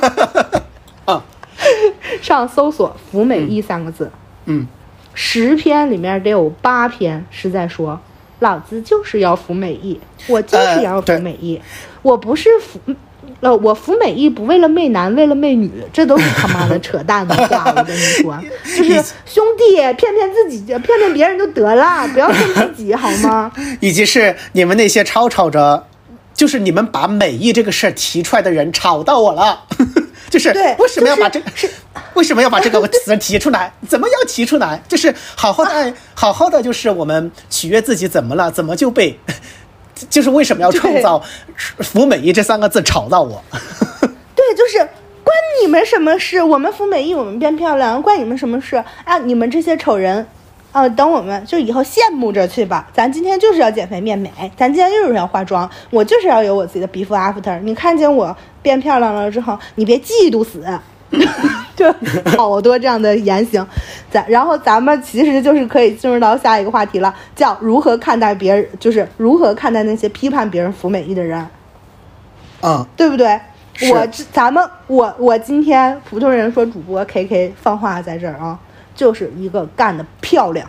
上搜索服美役3个字10篇里面得有8篇是在说老子就是要服美役，我就是要服美役我不是我服美役不为了媚男为了媚女，这都是他妈的扯淡的话我跟你说就是兄弟骗骗自己骗骗别人就得了，不要骗自己好吗以及是你们那些吵着就是你们把美役这个事提出来的人吵到我了就是为什么要把为什么要把这个词提出来怎么要提出来，就是好好的就是我们取悦自己怎么了，怎么就被就是为什么要创造服美役这3个字吵到我对，就是关你们什么事，我们服美役我们变漂亮关你们什么事你们这些丑人等我们就以后羡慕着去吧，咱今天就是要减肥变美，咱今天就是要化妆，我就是要有我自己的 before after， 你看见我变漂亮了之后你别嫉妒死就好多这样的言行然后咱们其实就是可以进入到下一个话题了，叫如何看待别人，就是如何看待那些批判别人服美役的人对不对？我今天普通人说主播 KK 放话在这儿就是一个干得漂亮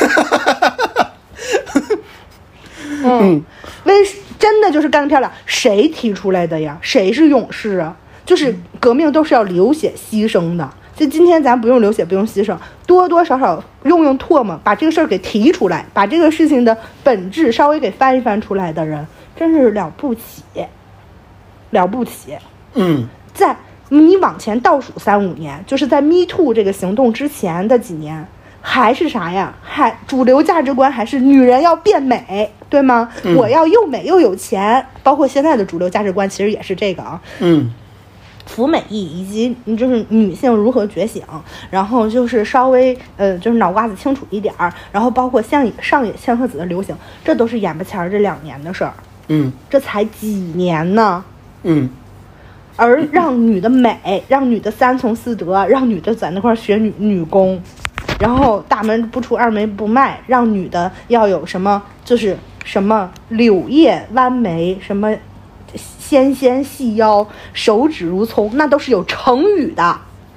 真的就是干得漂亮，谁提出来的呀？谁是勇士啊？就是革命都是要流血牺牲的，就今天咱不用流血不用牺牲，多多少少用唾沫把这个事儿给提出来，把这个事情的本质稍微给翻一翻出来的人真是了不起了不起在你往前倒数3-5年，就是在 Me Too 这个行动之前的几年还是啥呀？还主流价值观还是女人要变美，对吗？我要又美又有钱，包括现在的主流价值观其实也是这个服美役以及就是女性如何觉醒，然后就是稍微就是脑瓜子清楚一点儿，然后包括上野千鹤子的流行，这都是眼巴前这2年的事儿。这才几年呢。而让女的美，让女的3从4德，让女的在那块学女工，然后大门不出二门不迈，让女的要有什么就是什么柳叶弯眉，什么纤纤细腰，手指如葱，那都是有成语的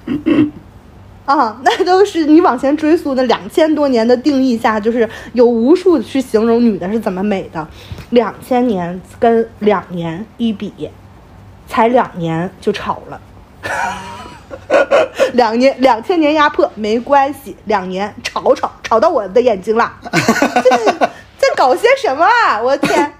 啊，那都是你往前追溯的2000多年的定义下，就是有无数的去形容女的是怎么美的。2000年跟2年一比，才2年就吵了。2000年压迫没关系，2年吵到我的眼睛了。这是在搞些什么啊？我的天！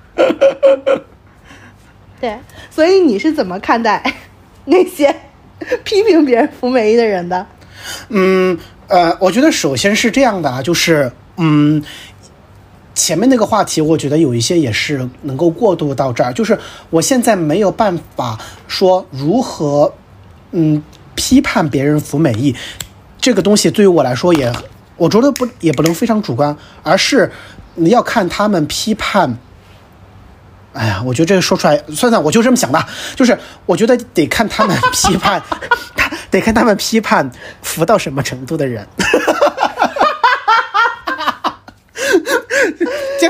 对，所以你是怎么看待那些批评别人服美役的人的？ 我觉得首先是这样的啊，就是前面那个话题，我觉得有一些也是能够过渡到这儿，就是我现在没有办法说如何批判别人服美役，这个东西对于我来说我觉得也不能非常主观，而是你要看他们批判。哎呀，我觉得这个说出来，算了，我就这么想的，就是我觉得得看他们批判，得看他们批判服到什么程度的人。这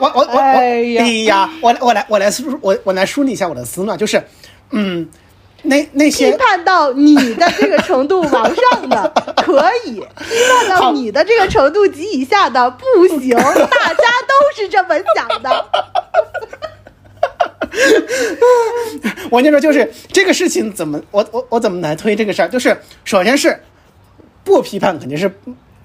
我来梳理一下我的思路，就是那些批判到你的这个程度往上的可以，批判到你的这个程度及以下的不行，大家都是这么想的。 我跟你说，就是这个事情怎么我怎么来推这个事儿，就是首先是不批判肯定是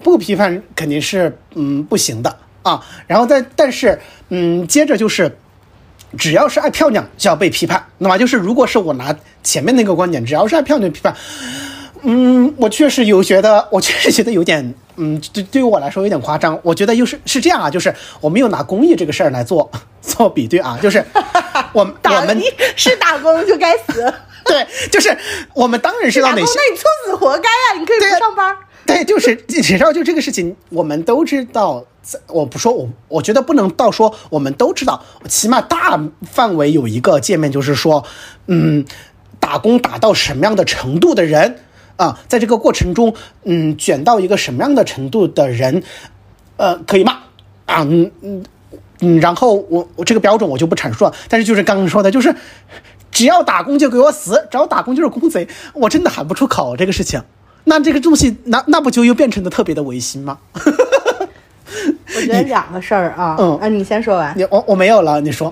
不行的啊，然后但是接着就是只要是爱漂亮就要被批判，那么就是如果是我拿前面那个观点，只要是爱漂亮批判，我确实觉得有点对于我来说有点夸张。我觉得是这样啊，就是我没有拿公益这个事儿来做比对啊，就是我们是打工就该死。 对，就是我们当然知道哪些， 那你猝死活该啊，你可以不上班。 对，就是只知道就这个事情我们都知道，我觉得不能到说我们都知道，起码大范围有一个界面，就是说打工打到什么样的程度的人啊，在这个过程中卷到一个什么样的程度的人可以骂啊然后我这个标准我就不阐述了，但是就是刚刚说的，就是只要打工就给我死，只要打工就是公贼，我真的喊不出口这个事情。那这个东西那不就又变成了特别的违心吗？ 我觉得2个事儿啊，你先说完。 我没有了，你说。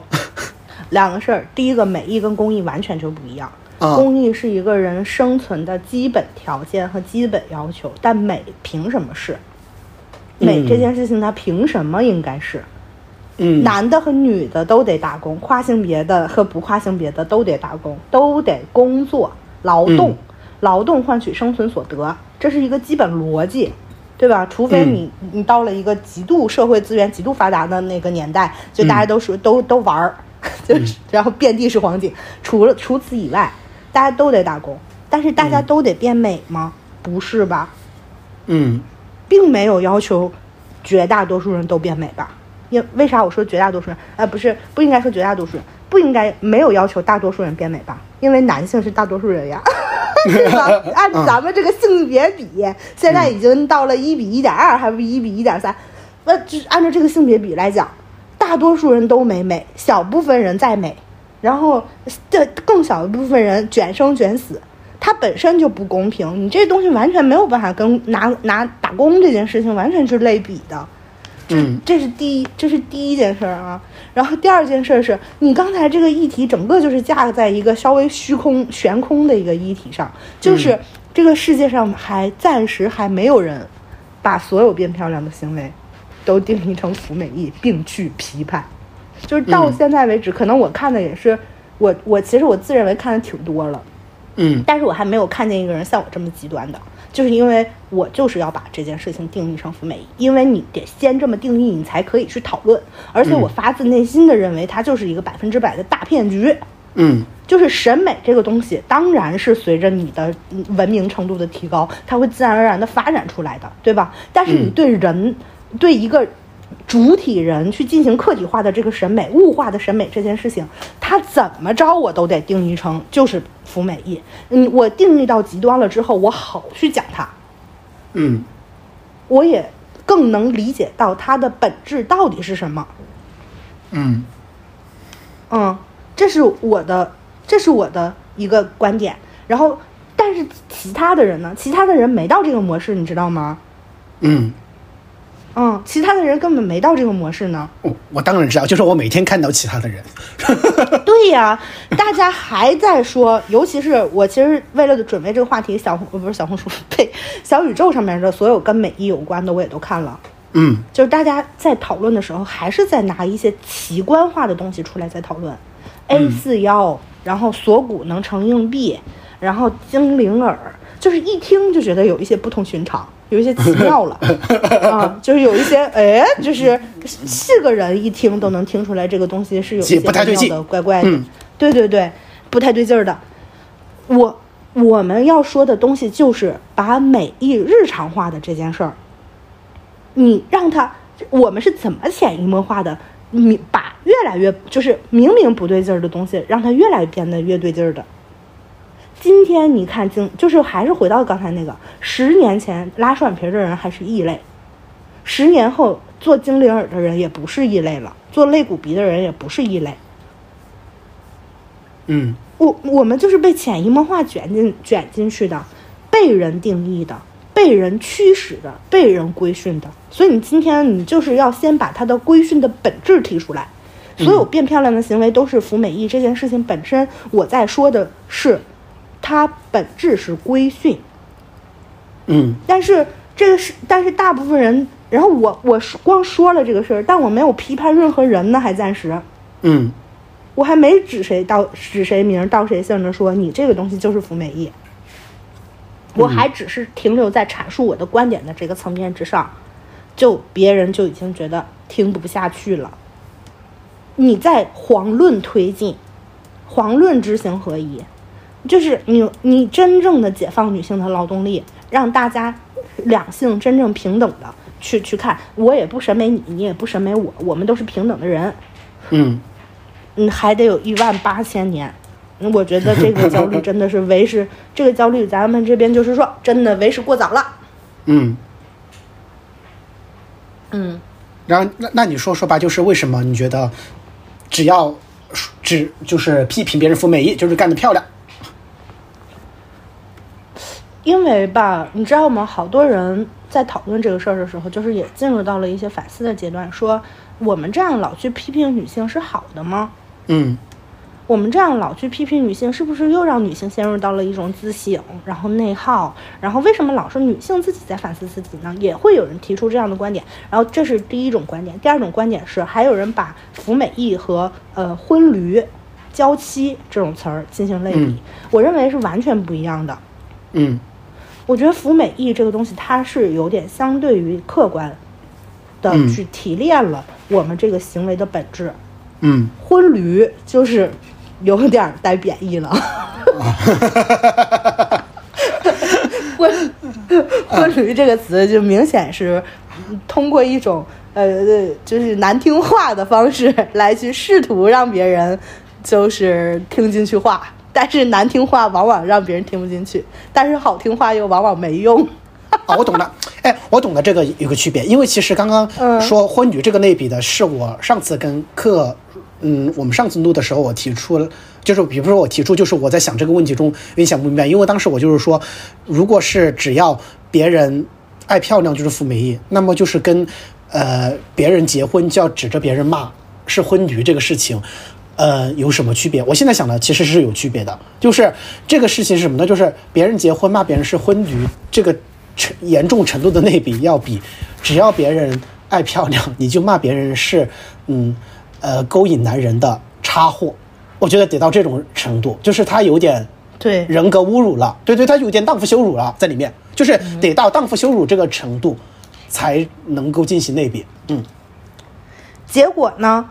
2个事儿，第一个，美役跟公益完全就不一样。公益是一个人生存的基本条件和基本要求，但美凭什么是？美这件事情它凭什么应该是？男的和女的都得打工，跨性别的和不跨性别的都得打工，都得工作劳动。劳动换取生存所得，这是一个基本逻辑，对吧？除非你到了一个极度社会资源极度发达的那个年代，就大家都说都玩儿，就是然后遍地是黄金。除此以外，大家都得打工，但是大家都得变美吗？不是吧？并没有要求绝大多数人都变美吧？为啥我说绝大多数人？不应该说绝大多数人，不应该没有要求大多数人变美吧？因为男性是大多数人呀。对吧？按咱们这个性别比，现在已经到了1比1.2，还不是1比1.3？就是按照这个性别比来讲，大多数人都没美，小部分人在美，然后更小一部分人卷生卷死，它本身就不公平。你这东西完全没有办法跟拿打工这件事情完全是类比的。这是第一件事啊。然后第二件事是你刚才这个议题整个就是架在一个稍微悬空的一个议题上，就是这个世界上暂时还没有人把所有变漂亮的行为都定义成服美役并去批判。就是到现在为止，可能我看的也是其实我自认为看的挺多了，但是我还没有看见一个人像我这么极端的。就是因为我就是要把这件事情定义成服美役，因为你得先这么定义，你才可以去讨论。而且我发自内心的认为，它就是一个100%的大骗局。 就是审美这个东西，当然是随着你的文明程度的提高，它会自然而然的发展出来的，对吧？但是你对人，对一个主体人去进行客体化的这个审美、物化的审美这件事情，它怎么着我都得定义成就是服美役。我定义到极端了之后，我好去讲它。我也更能理解到它的本质到底是什么。这是我的一个观点。然后，但是其他的人呢？其他的人没到这个模式，你知道吗？其他的人根本没到这个模式呢。 我当然知道，就是我每天看到其他的人。 对呀，大家还在说，尤其是我其实为了准备这个话题，不是小红书，对，小宇宙上面的所有跟美役有关的我也都看了。就是大家在讨论的时候，还是在拿一些奇观化的东西出来在讨论。A41，然后锁骨能成硬币，然后精灵耳，就是一听就觉得有一些不同寻常，有一些奇妙了就是有一些就是是个人一听都能听出来这个东西是有一些不太对劲的，怪怪的。对，不太对劲儿的。我们要说的东西就是把美役日常化的这件事儿，你让它，我们是怎么潜移默化的，你把越来越就是明明不对劲儿的东西，让它越来越变得越对劲儿的。今天你看就是还是回到刚才那个，10年前拉双眼皮的人还是异类，10年后做精灵耳的人也不是异类了，做肋骨鼻的人也不是异类。我们就是被潜移默化卷进去的，被人定义的，被人驱使的，被人规训的。所以你今天你就是要先把它的规训的本质提出来。所有变漂亮的行为都是服美役这件事情本身，我在说的是它本质是规训。但是大部分人，然后我光说了这个事儿，但我没有批判任何人呢，还暂时。我还没指谁名道谁姓的说你这个东西就是服美役，我还只是停留在阐述我的观点的这个层面之上，就别人就已经觉得听不下去了。你在遑论推进，遑论知行合一，就是你真正的解放女性的劳动力，让大家两性真正平等的去看，我也不审美你，你也不审美我，我们都是平等的人。还得有18000年。我觉得这个焦虑真的是为时这个焦虑咱们这边就是说真的为时过早了。 然后那你说吧，就是为什么你觉得就是批评别人服美役就是干得漂亮？ 因为吧，你知道吗？好多人在讨论这个事儿的时候，就是也进入到了一些反思的阶段，说我们这样老去批评女性是好的吗？我们这样老去批评女性，是不是又让女性陷入到了一种自省，然后内耗，然后为什么老是女性自己在反思自己呢？也会有人提出这样的观点。然后这是第一种观点。第二种观点是，还有人把服美役和婚驴、娇妻这种词儿进行类比，我认为是完全不一样的。我觉得服美役这个东西，它是有点相对于客观的去提炼了我们这个行为的本质。婚驴就是有点带贬义了。婚驴这个词就明显是通过一种就是难听话的方式来去试图让别人就是听进去话，但是难听话往往让别人听不进去，但是好听话又往往没用。 我懂了。我懂了，这个有个区别，因为其实刚刚说婚旅这个类比的是我上次跟我们上次录的时候我提出了，就是比如说我提出，就是我在想这个问题中有点想不明白，因为当时我就是说，如果是只要别人爱漂亮就是服美役，那么就是跟别人结婚就要指着别人骂是婚驴这个事情有什么区别？我现在想的其实是有区别的，就是这个事情是什么呢？就是别人结婚骂别人是婚驴，这个严重程度的类比要比只要别人爱漂亮你就骂别人是勾引男人的插货，我觉得得到这种程度，就是他有点对人格侮辱了，对，他有点荡妇羞辱了在里面，就是得到荡妇羞辱这个程度才能够进行类比。结果呢，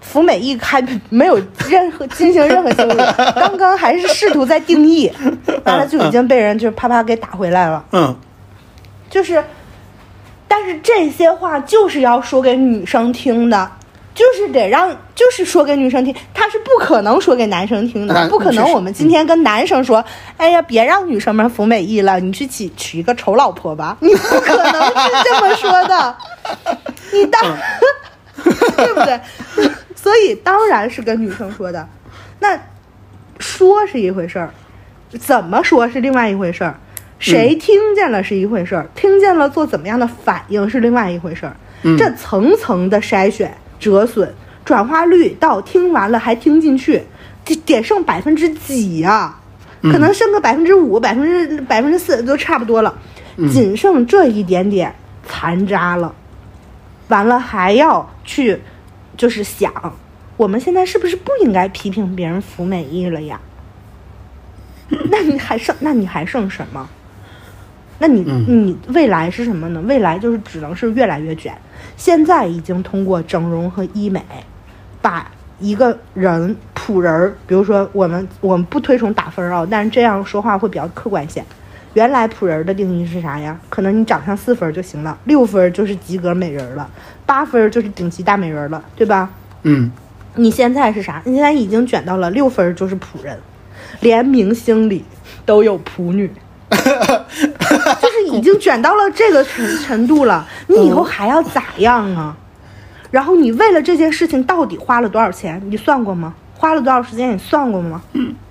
服美役还没有进行任何修改，刚刚还是试图在定义，完了就已经被人就啪啪给打回来了。就是，但是这些话就是要说给女生听的，就是得让，就是说给女生听，他是不可能说给男生听的，不可能。我们今天跟男生说，哎呀，别让女生们服美役了，你去娶一个丑老婆吧，你不可能是这么说的，你对不对？所以当然是跟女生说的。那说是一回事儿，怎么说是另外一回事儿，谁听见了是一回事儿，听见了做怎么样的反应是另外一回事儿。这层层的筛选、折损、转化率到听完了还听进去，得剩几啊？可能剩个5%、4%都差不多了，仅剩这一点点残渣了。完了还要去就是想，我们现在是不是不应该批评别人服美役了呀？那你还剩什么？那你未来是什么呢？未来就是只能是越来越卷。现在已经通过整容和医美，把一个人普人，比如说我们不推崇打分啊，但是这样说话会比较客观一些。原来普人的定义是啥呀？可能你长上4分就行了，6分就是及格美人了，8分就是顶级大美人了，对吧？你现在是啥？你现在已经卷到了6分就是普人，连明星里都有普女。就是已经卷到了这个程度了，你以后还要咋样啊？然后你为了这件事情到底花了多少钱？你算过吗？花了多少时间？你算过吗？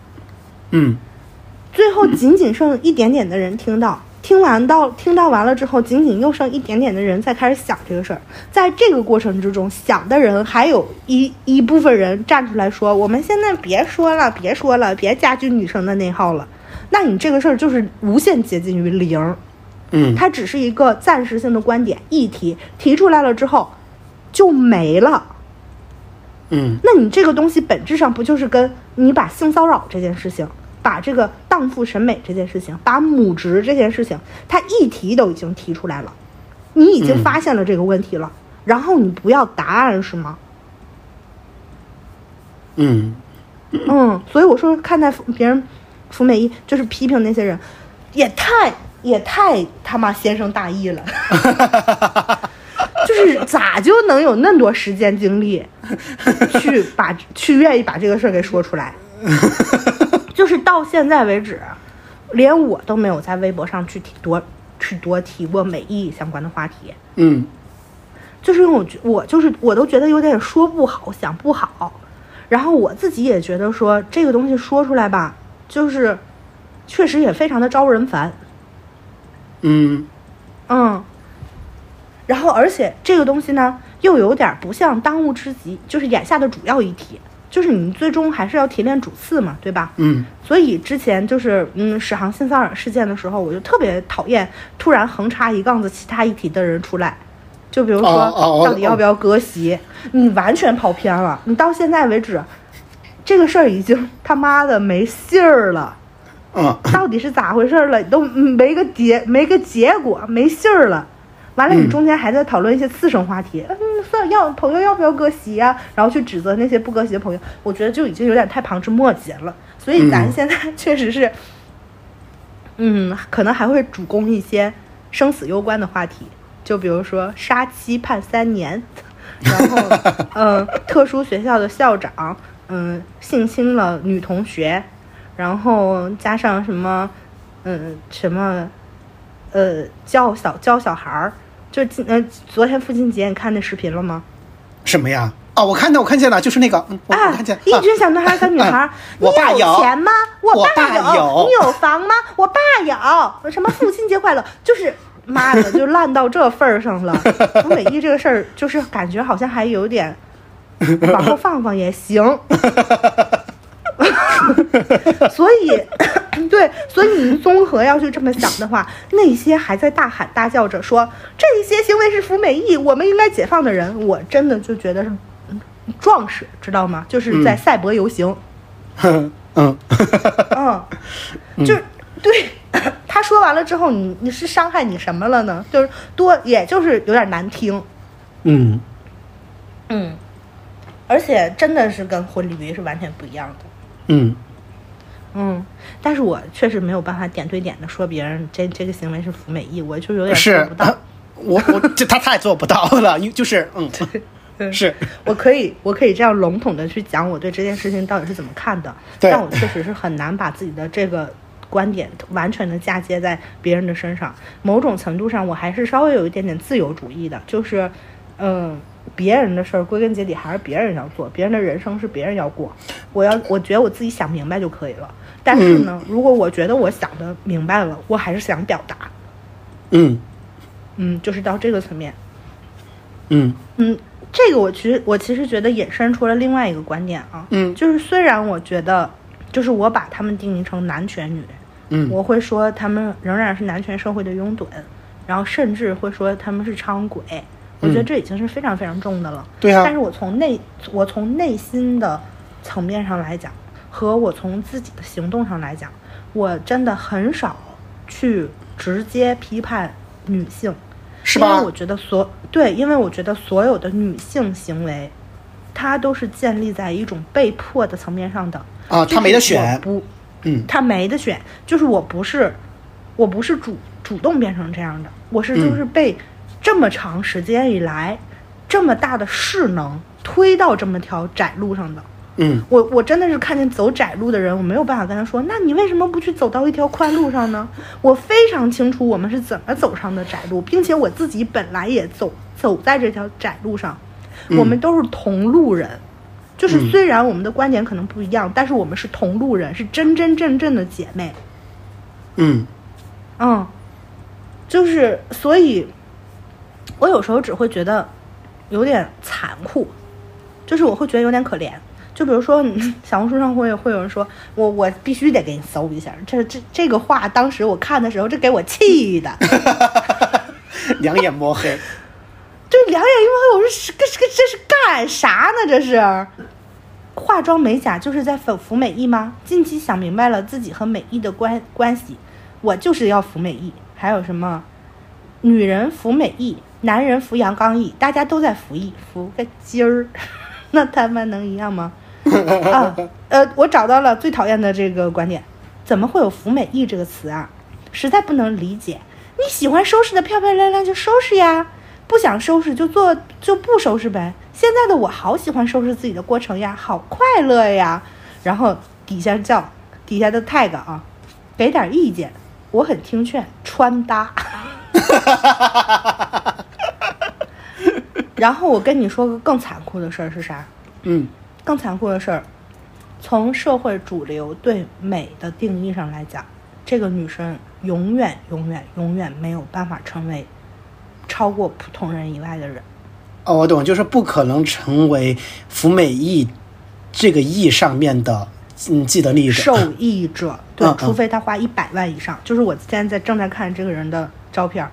最后仅剩一点点的人听到完了之后，仅又剩一点点的人再开始想这个事儿。在这个过程之中，想的人还有一部分人站出来说：“我们现在别说了，别加剧女生的内耗了。”那你这个事儿就是无限接近于0。它只是一个暂时性的观点议题，提出来了之后就没了。那你这个东西本质上不就是跟你把性骚扰这件事情，把这个荡妇审美这件事情，把母职这件事情，它议题都已经提出来了，你已经发现了这个问题了，然后你不要答案是吗？所以我说看待别人服美役就是批评那些人，也太他妈先生大义了。就是咋就能有那么多时间精力去愿意把这个事儿给说出来？就是到现在为止，连我都没有在微博上去多提过美役相关的话题。就是因为我都觉得有点说不好想不好，然后我自己也觉得说这个东西说出来吧，就是确实也非常的招人烦。然后而且这个东西呢又有点不像当务之急，就是眼下的主要议题，就是你最终还是要提炼主次嘛，对吧？所以之前就是史航性骚扰事件的时候，我就特别讨厌突然横插一杠子其他议题的人出来，就比如说到底要不要割席，你完全跑偏了。你到现在为止这个事儿已经他妈的没信儿了，到底是咋回事了都没个结果，没信儿了。完了你中间还在讨论一些次生话题，朋友要不要割席啊，然后去指责那些不割席的朋友，我觉得就已经有点太旁枝末节了。所以咱现在确实是可能还会主攻一些生死攸关的话题，就比如说杀妻判3年，然后特殊学校的校长性侵了女同学，然后加上什么教小孩儿，就昨天父亲节你看那视频了吗？ 什么呀？我看见了，就是那个我看见一群小男孩小女孩， 我爸你有钱吗？我爸有。你有房吗？我爸有。什么父亲节快乐，就是妈的就烂到这份儿上了。服美役这个事儿就是感觉好像还有点往后放也行。所以你综合要去这么想的话，那些还在大喊大叫着说这些行为是服美役，我们应该解放的人，我真的就觉得是壮士，知道吗？就是在赛博游行。就是对他说完了之后，你是伤害你什么了呢？就是也就是有点难听。 而且真的是跟婚礼是完全不一样的。但是我确实没有办法点对点的说别人这个行为是服美役，我就有点做不到。 我他太做不到了，就是是我可以这样笼统的去讲我对这件事情到底是怎么看的，但我确实是很难把自己的这个观点完全的嫁接在别人的身上。某种程度上我还是稍微有一点点自由主义的，就是别人的事儿归根结底还是别人要做，别人的人生是别人要过，我觉得我自己想明白就可以了。但是呢，如果我觉得我想的明白了，我还是想表达。就是到这个层面。这个我其实觉得衍生出了另外一个观点啊。就是虽然我觉得就是我把他们定义成男权女，我会说他们仍然是男权社会的拥趸，然后甚至会说他们是伥鬼，我觉得这已经是非常非常重的了。 对啊。 但是我从内心的层面上来讲，和我从自己的行动上来讲，我真的很少去直接批判女性， 是吧？ 因为我觉得所有的女性行为，它都是建立在一种被迫的层面上的啊，她没得选， 她没得选，就是我不是主动变成这样的，我是就是被这么长时间以来这么大的势能推到这么条窄路上的。我真的是看见走窄路的人，我没有办法跟他说，那你为什么不去走到一条宽路上呢？我非常清楚我们是怎么走上的窄路，并且我自己本来也走在这条窄路上，我们都是同路人，就是虽然我们的观点可能不一样，但是我们是同路人，是真真正正的姐妹。就是所以我有时候只会觉得有点残酷，就是我会觉得有点可怜。就比如说小红书上会有人说我必须得给你搜一下这个话，当时我看的时候这给我气的两眼摸黑。 对，两眼一摸黑，我说这是干啥呢？这是化妆美甲就是在服美役吗？近期想明白了自己和美役的关系，我就是要服美役。还有什么女人服美役，男人服阳刚役，大家都在服役，服个鸡儿那他们能一样吗？我找到了最讨厌的这个观点，怎么会有服美役这个词啊？实在不能理解。你喜欢收拾的漂漂亮亮就收拾呀，不想收拾就不收拾呗。现在的我好喜欢收拾自己的过程呀，好快乐呀。然后底下的 tag 啊，给点意见，我很听劝，穿搭。然后我跟你说个更残酷的事儿是啥？更残酷的事儿，从社会主流对美的定义上来讲，这个女生永远没有办法成为超过普通人以外的人。 我懂，就是不可能成为服美役这个役上面的既得利益者、 受益者。对，除非他花100万以上。就是我现在正在看这个人的照片。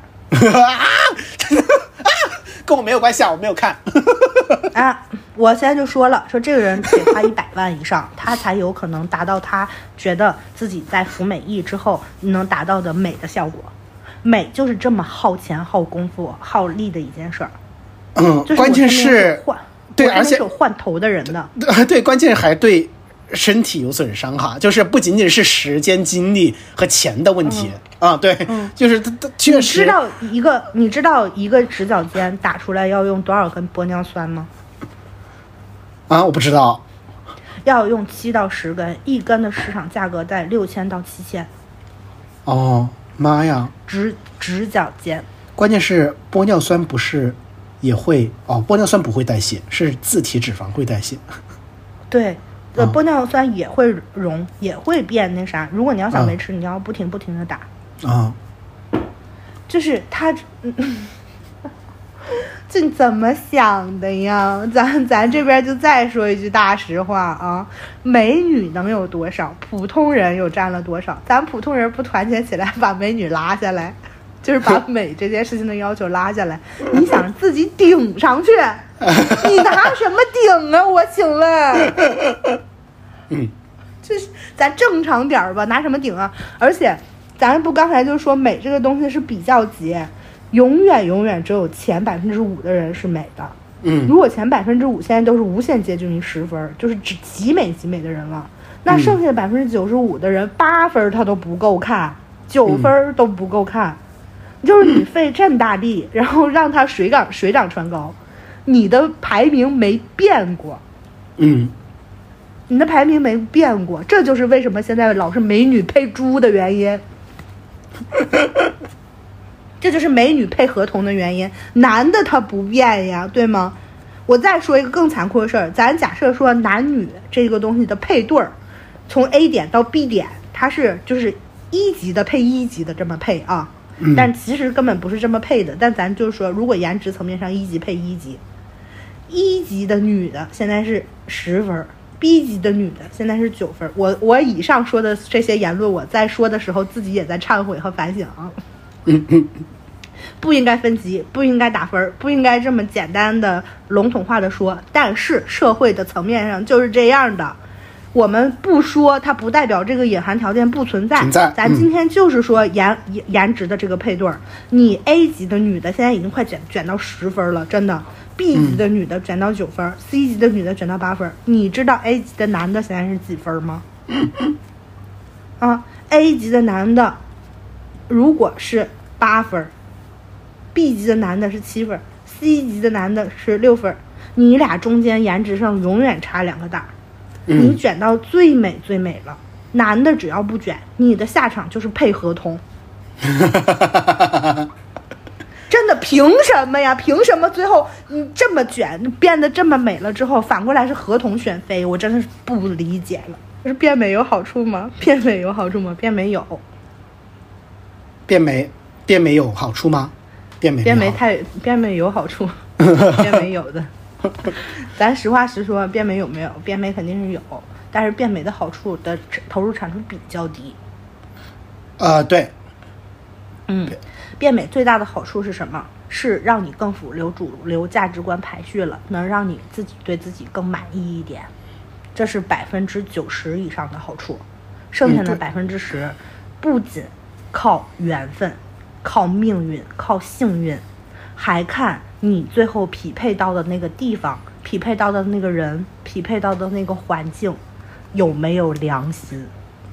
跟我没有关系啊，我没有看。 我现在就说了，说这个人得花100万以上，他才有可能达到他觉得自己在服美役之后能达到的美的效果。美就是这么耗钱、耗功夫、耗力的一件事儿。就是关键是对，而且有换头的人的。 对，关键还对身体有损伤哈，就是不仅仅是时间、精力和钱的问题对，就是他确实。 你知道一个直角肩打出来要用多少根玻尿酸吗？ 我不知道。 要用7到10根，一根的市场价格在6000到7000。 妈呀！ 直角肩。 关键是玻尿酸不是也会玻尿酸不会代谢，是自体脂肪会代谢。 对。玻尿酸也会溶，也会变那啥。如果你要想维持，你要不停的打。就是他，这怎么想的呀？咱这边就再说一句大实话啊，美女能有多少？普通人又占了多少？咱普通人不团结起来把美女拉下来，就是把美这件事情的要求拉下来，你想自己顶上去？你拿什么顶啊？我请问，就是咱正常点吧，拿什么顶啊？而且咱不刚才就说美这个东西是比较级，永远只有前5%的人是美的， 如果前5%现在都是无限接近于10分，就是只极美极美的人了，那剩下的95%的人8分他都不够看，9分都不够看，就是你费这么大力，然后让他水涨船高，你的排名没变过，你的排名没变过，这就是为什么现在老是美女配猪的原因。这就是美女配合同的原因，男的他不变呀，对吗？我再说一个更残酷的事儿，咱假设说男女这个东西的配对儿，从 A 点到 B 点，它是就是1级的配1级的这么配啊，但其实根本不是这么配的。但咱就是说，如果颜值层面上1级配1级，1级的女的现在是10分，B 级的女的现在是9分。我以上说的这些言论，我在说的时候自己也在忏悔和反省。不应该分级，不应该打分，不应该这么简单的笼统化的说，但是社会的层面上就是这样的，我们不说它不代表这个隐含条件不存在。咱今天就是说颜值的这个配对，你 A 级的女的现在已经快卷到10分了，真的。B 级的女的卷到9分，C 级的女的卷到8分。你知道 A 级的男的现在是几分吗？A 级的男的如果是8分，B 级的男的是7分，C 级的男的是6分，你俩中间颜值上永远差2个大，你卷到最美最美了，男的只要不卷，你的下场就是配合同。真的凭什么呀？凭什么最后你这么卷，变得这么美了之后，反过来是合同选妃？我真的是不理解了。就是变美有好处吗？变美有好处吗？变美有。 变美有好处吗？变美有好处，变美有的。咱实话实说，变美有没有？变美肯定是有，但是变美的好处的投入产出比较低。 对。 变美最大的好处是什么？是让你更符合主流价值观排序了，能让你自己对自己更满意一点，这是90%以上的好处。剩下的10%，不仅靠缘分、靠命运、靠幸运，还看你最后匹配到的那个地方、匹配到的那个人、匹配到的那个环境有没有良心。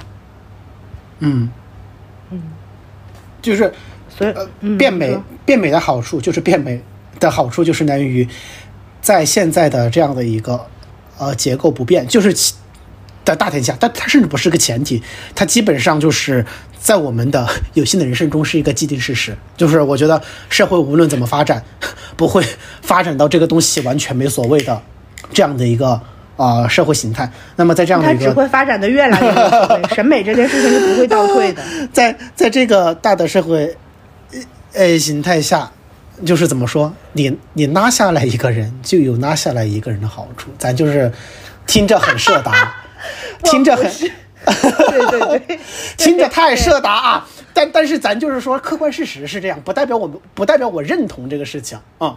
就是， 所以变美的好处就是来源于在现在的这样的一个结构不变，就是的大天下，但它甚至不是个前提，它基本上就是在我们的有限的人生中是一个既定事实。就是我觉得社会无论怎么发展，不会发展到这个东西完全没所谓的这样的一个社会形态。那么在这样的一个， 它只会发展的越来越没所谓，审美这件事情是不会倒退的。 在这个大的社会形态下，就是怎么说，你拉下来一个人，就有拉下来一个人的好处。咱就是听着很社达，听着很对， 听着太社达啊！但是咱就是说，客观事实是这样，不代表我认同这个事情啊。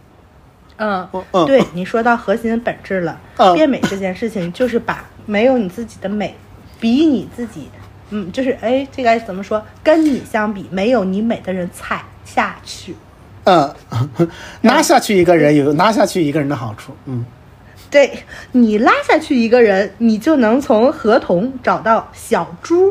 对，你说到核心本质了。变美这件事情就是把没有你自己的美比你自己，就是这该怎么说？跟你相比，没有你美的人踩下去。 拉下去一个人有拉下去一个人的好处。 对，你拉下去一个人，你就能从合同找到小猪。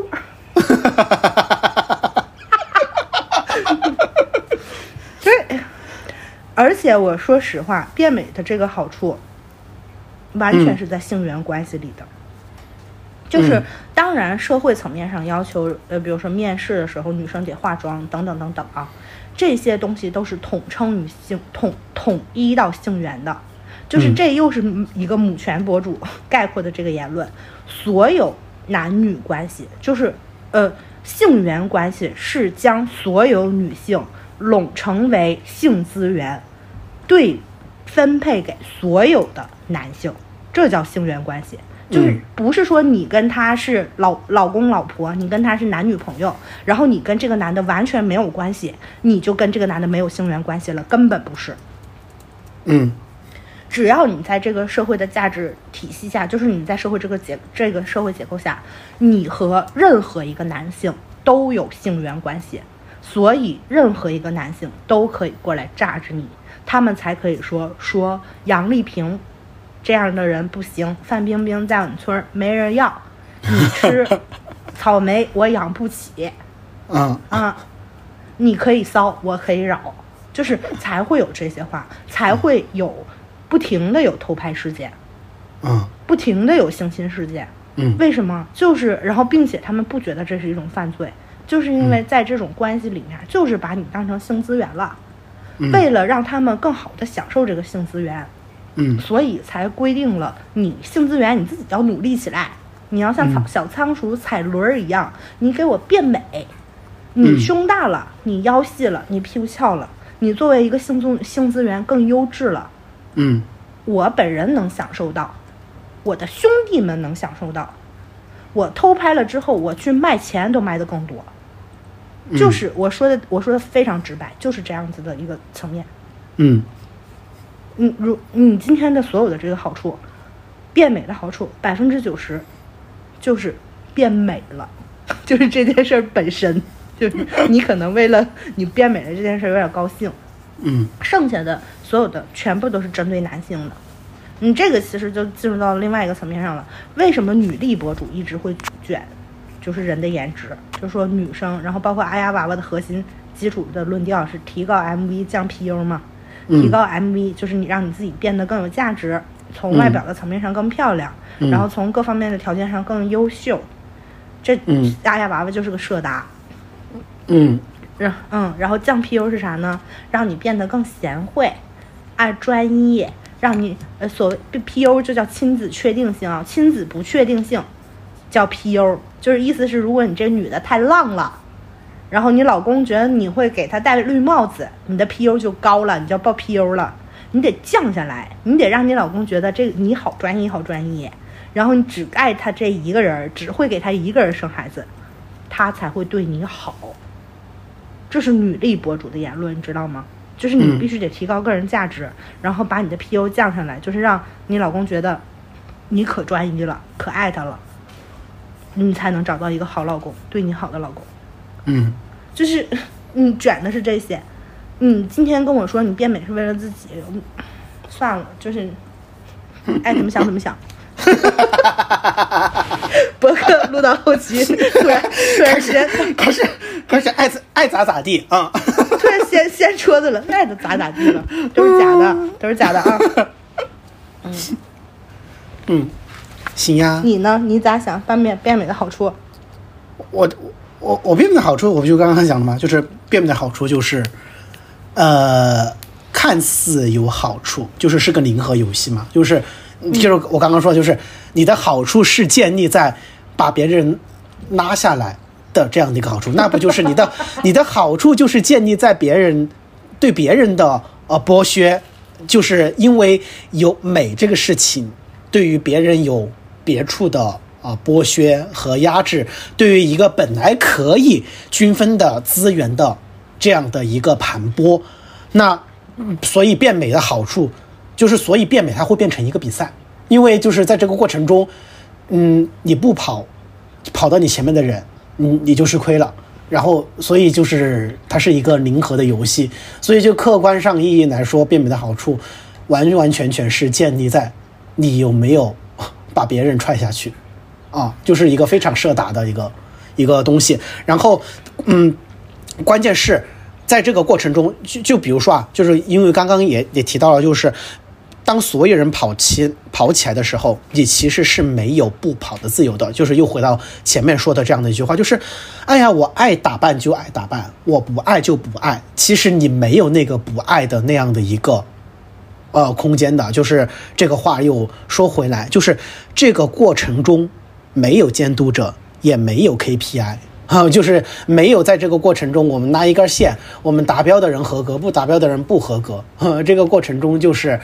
对。而且我说实话，变美的这个好处完全是在性缘关系里的。就是当然社会层面上要求比如说面试的时候女生得化妆等等等等啊，这些东西都是统称于统一到性缘的。就是这又是一个母权博主概括的这个言论。所有男女关系就是性缘关系是将所有女性拢成为性资源，对分配给所有的男性，这叫性缘关系。就是不是说你跟他是老公老婆，你跟他是男女朋友，然后你跟这个男的完全没有关系，你就跟这个男的没有性缘关系了，根本不是。只要你在这个社会的价值体系下，就是你在社会这个社会结构下，你和任何一个男性都有性缘关系，所以任何一个男性都可以过来榨着你， 他们才可以说杨丽萍这样的人不行，范冰冰在我们村没人要，你吃草莓我养不起，你可以骚我可以扰，就是才会有这些话，才会有不停的有偷拍事件，不停的有性侵事件，为什么？就是然后并且他们不觉得这是一种犯罪，就是因为在这种关系里面，就是把你当成性资源了，为了让他们更好的享受这个性资源，所以才规定了你性资源你自己要努力起来，你要像小仓鼠踩轮一样，你给我变美，你胸大了，你腰细了，你屁股翘了，你作为一个性资源更优质了，我本人能享受到，我的兄弟们能享受到，我偷拍了之后我去卖钱都卖得更多，就是我说的非常直白，就是这样子的一个层面。你今天的所有的这个好处，变美的好处90%就是变美了，就是这件事儿本身，就是你可能为了你变美了这件事有点高兴，剩下的所有的全部都是针对男性的。你这个其实就进入到另外一个层面上了。为什么女力博主一直会卷？就是人的颜值，就是说女生，然后包括阿丫娃娃的核心基础的论调是提高 MV 降 PU 嘛。提高 MV 就是你让你自己变得更有价值，从外表的层面上更漂亮，然后从各方面的条件上更优秀。这阿丫娃娃就是个社达。然后降 PU 是啥呢？让你变得更贤惠，爱专业，让你所谓 PU 就叫亲子确定性啊，亲子不确定性叫 PU， 就是意思是如果你这女的太浪了，然后你老公觉得你会给他戴绿帽子，你的 PU 就高了，你就要报 PU 了，你得降下来，你得让你老公觉得这你好专业好专业，然后你只爱他这一个人，只会给他一个人生孩子，他才会对你好。这是女力博主的言论，你知道吗？就是你必须得提高个人价值，然后把你的 PU 降下来，就是让你老公觉得你可专一了，可爱他了，你才能找到一个好老公，对你好的老公。就是你卷的是这些，你今天跟我说你变美是为了自己，算了，就是爱怎么想怎么想。博客录到后期突然之间开始爱咋咋地啊！ 突然掀桌子了，爱的咋咋地了，都是假的啊！ 行呀。 你呢？你咋想？变美的好处？ 我变美的好处，我不就刚刚讲了吗？就是变美的好处就是，看似有好处，就是个零和游戏嘛，就是我刚刚说，就是你的好处是建立在把别人拉下来的这样的一个好处，那不就是你的好处就是建立在对别人的剥削，就是因为有美这个事情，对于别人有别处的剥削和压制，对于一个本来可以均分的资源的这样的一个盘剥，那所以变美的好处就是，所以变美它会变成一个比赛，因为就是在这个过程中，你不跑到你前面的人，你就吃亏了，然后所以就是它是一个零和的游戏，所以就客观上意义来说，变美的好处完完全全是建立在你有没有把别人踹下去。就是一个非常社打的一个东西。然后关键是在这个过程中，就比如说就是因为刚刚也提到了，就是当所有人跑起来的时候，你其实是没有不跑的自由的。就是又回到前面说的这样的一句话，就是哎呀，我爱打扮就爱打扮，我不爱就不爱。其实你没有那个不爱的那样的一个空间的。就是这个话又说回来，就是这个过程中没有监督者，也没有 KPI，就是没有在这个过程中我们拉一根线，我们达标的人合格，不达标的人不合格。这个过程中就是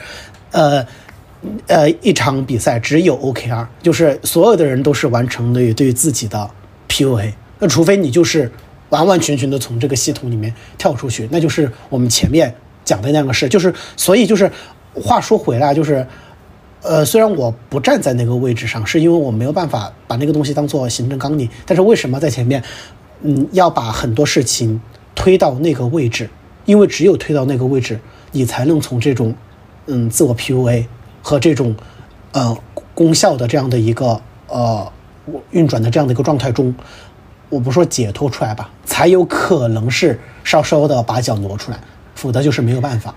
一场比赛只有 OKR， 就是所有的人都是完成对自己的 PUA。那除非你就是完完全全的从这个系统里面跳出去，那就是我们前面讲的那个事。就是所以就是话说回来，就是虽然我不站在那个位置上，是因为我没有办法把那个东西当做行政纲领，但是为什么在前面要把很多事情推到那个位置？因为只有推到那个位置， 你才能从这种自我 PUA 和这种功效的这样的一个运转的这样的一个状态中，我不说解脱出来吧，才有可能是稍稍的把脚挪出来，否则就是没有办法。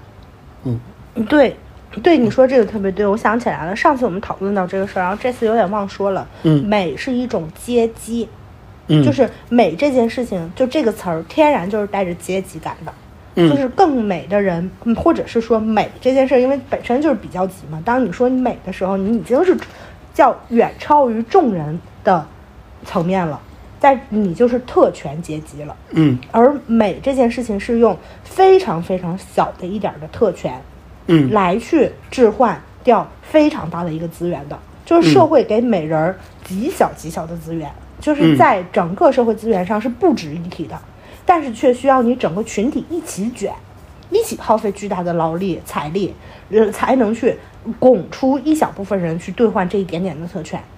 对，你说这个特别对，我想起来了，上次我们讨论到这个事儿，然后这次有点忘说了。美是一种阶级，就是美这件事情，就这个词儿天然就是带着阶级感的。就是更美的人，或者是说美这件事，因为本身就是比较级嘛。当你说你美的时候，你已经是叫远超于众人的层面了，在你就是特权阶级了。而美这件事情是用非常非常小的一点的特权，来去置换掉非常大的一个资源的，就是社会给美人极小极小的资源，就是在整个社会资源上是不值一提的。但是却需要你整个群体一起卷，一起耗费巨大的劳力财力，才能去拱出一小部分人去兑换这一点点的特权。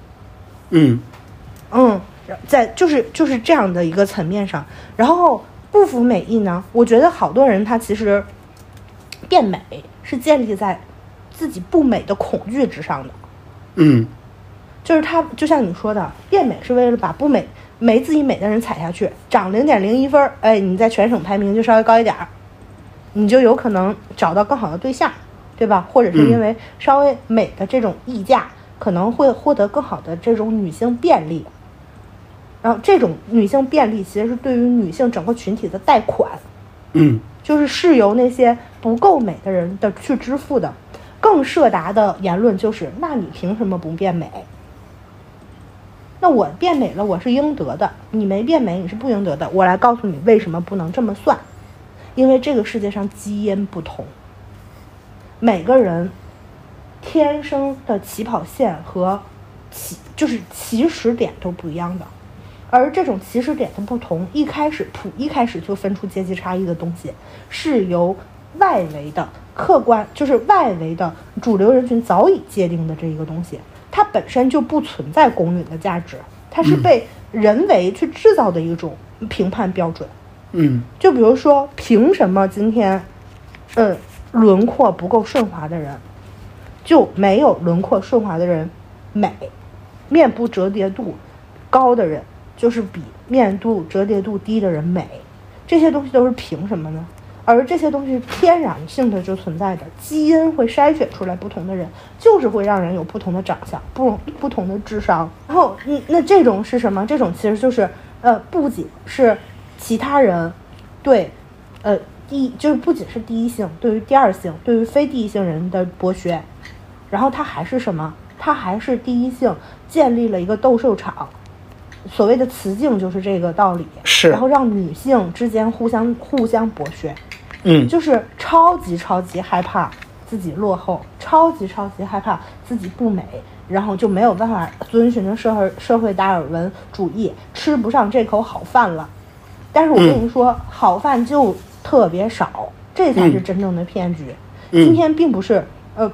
在就是这样的一个层面上，然后不服美意呢，我觉得好多人他其实变美是建立在自己不美的恐惧之上的。就是他就像你说的，变美是为了把不美没自己美的人踩下去，涨0.01分，哎，你在全省排名就稍微高一点，你就有可能找到更好的对象，对吧？或者是因为稍微美的这种溢价，可能会获得更好的这种女性便利。然后这种女性便利其实是对于女性整个群体的贷款，就是由那些不够美的人的去支付的。更设达的言论就是：那你凭什么不变美？那我变美了，我是应得的，你没变美，你是不应得的。我来告诉你为什么不能这么算，因为这个世界上基因不同，每个人天生的起跑线和起始点都不一样的，而这种起始点的不同，一开始就分出阶级差异的东西，是由外围的客观，就是外围的主流人群早已界定的这一个东西。它本身就不存在公允的价值，它是被人为去制造的一种评判标准。就比如说，凭什么今天，轮廓不够顺滑的人，就没有轮廓顺滑的人美，面部折叠度高的人就是比面部折叠度低的人美，这些东西都是凭什么呢？而这些东西天然性的就存在的，基因会筛选出来不同的人，就是会让人有不同的长相，不同的智商。然后那这种是什么？这种其实就是不仅是其他人对就是不仅是第一性对于第二性对于非第一性人的剥削，然后它还是什么？它还是第一性建立了一个斗兽场。所谓的雌竞就是这个道理， 是， 然后让女性之间互相剥削。就是超级害怕自己落后，超级害怕自己不美，然后就没有办法遵循着社会达尔文主义，吃不上这口好饭了。但是我跟你说，好饭就特别少，这才是真正的骗局。今天并不是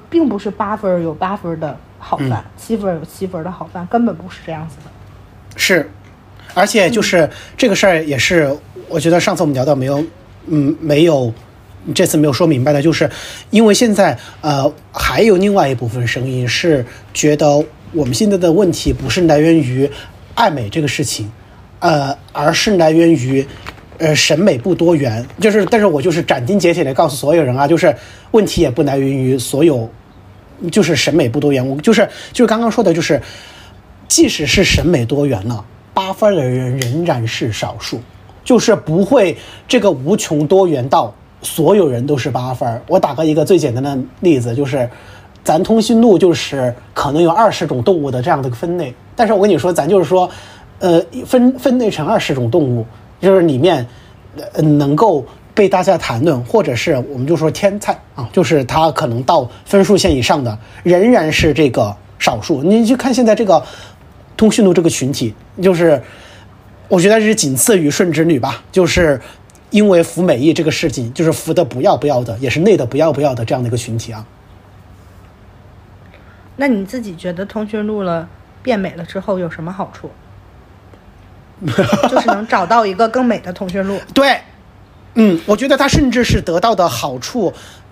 8分有8分的好饭，7分有7分的好饭，根本不是这样子的。 是，而且就是这个事儿也是，我觉得上次我们聊到没有，这次没有说明白的，就是因为现在还有另外一部分声音是觉得我们现在的问题不是来源于爱美这个事情，而是来源于审美不多元。但是我就是斩钉截铁的告诉所有人啊，就是问题也不来源于所有，就是审美不多元。我就是刚刚说的，就是即使是审美多元了，8分的人仍然是少数，就是不会这个无穷多元到所有人都是8分。我打个一个最简单的例子，就是咱通讯录就是可能有20种动物的这样的分类，但是我跟你说，咱就是说分类成20种动物，就是里面能够被大家谈论，或者是我们就说天才啊，就是它可能到分数线以上的仍然是这个少数。你去看现在这个通讯录这个群体，就是我觉得是仅次于顺直女吧，就是因为服美意这个事情，就是服的不要的，也是内的不要的这样的一个群体啊。 那你自己觉得通讯录了变美了之后有什么好处？就是能找到一个更美的通讯录。 对， 我觉得他甚至是得到的好处，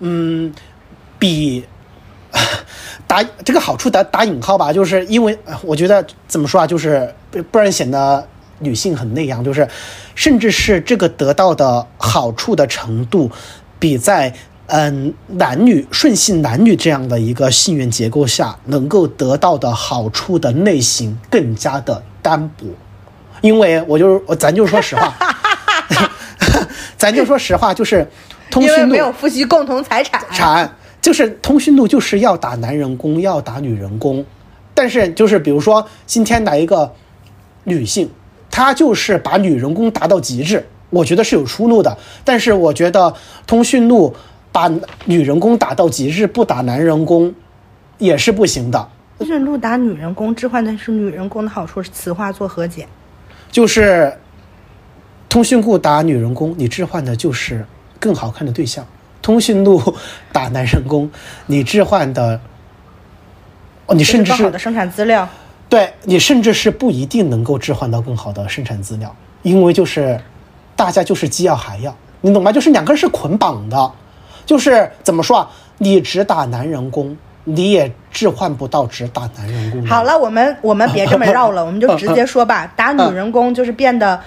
比这个好处打引号吧，就是因为我觉得怎么说啊，就是不然显得女性很那样，就是甚至是这个得到的好处的程度，比在男女顺性男女这样的一个性缘结构下能够得到的好处的类型更加的单薄。因为咱就说实话咱就说实话，就是通讯录因为没有夫妻共同财产， 就是通讯录就是要打男人攻，要打女人攻。但是就是比如说今天来一个女性，她就是把女人攻达到极致，我觉得是有出路的。但是我觉得通讯录把女人攻打到极致，不打男人攻也是不行的。 通讯录打女人攻置换的是女人攻的好处是雌化做和解， 就是通讯录打女人攻，你置换的就是更好看的对象；通讯录打男人攻，你置换的，你甚至是更好的生产资料。 对，你甚至是不一定能够置换到更好的生产资料，因为就是大家就是既要还要，你懂吗？就是两个人是捆绑的，就是怎么说啊？你只打男人攻，你也置换不到只打男人攻。 好了，我们别这么绕了，我们就直接说吧。打女人攻就是变得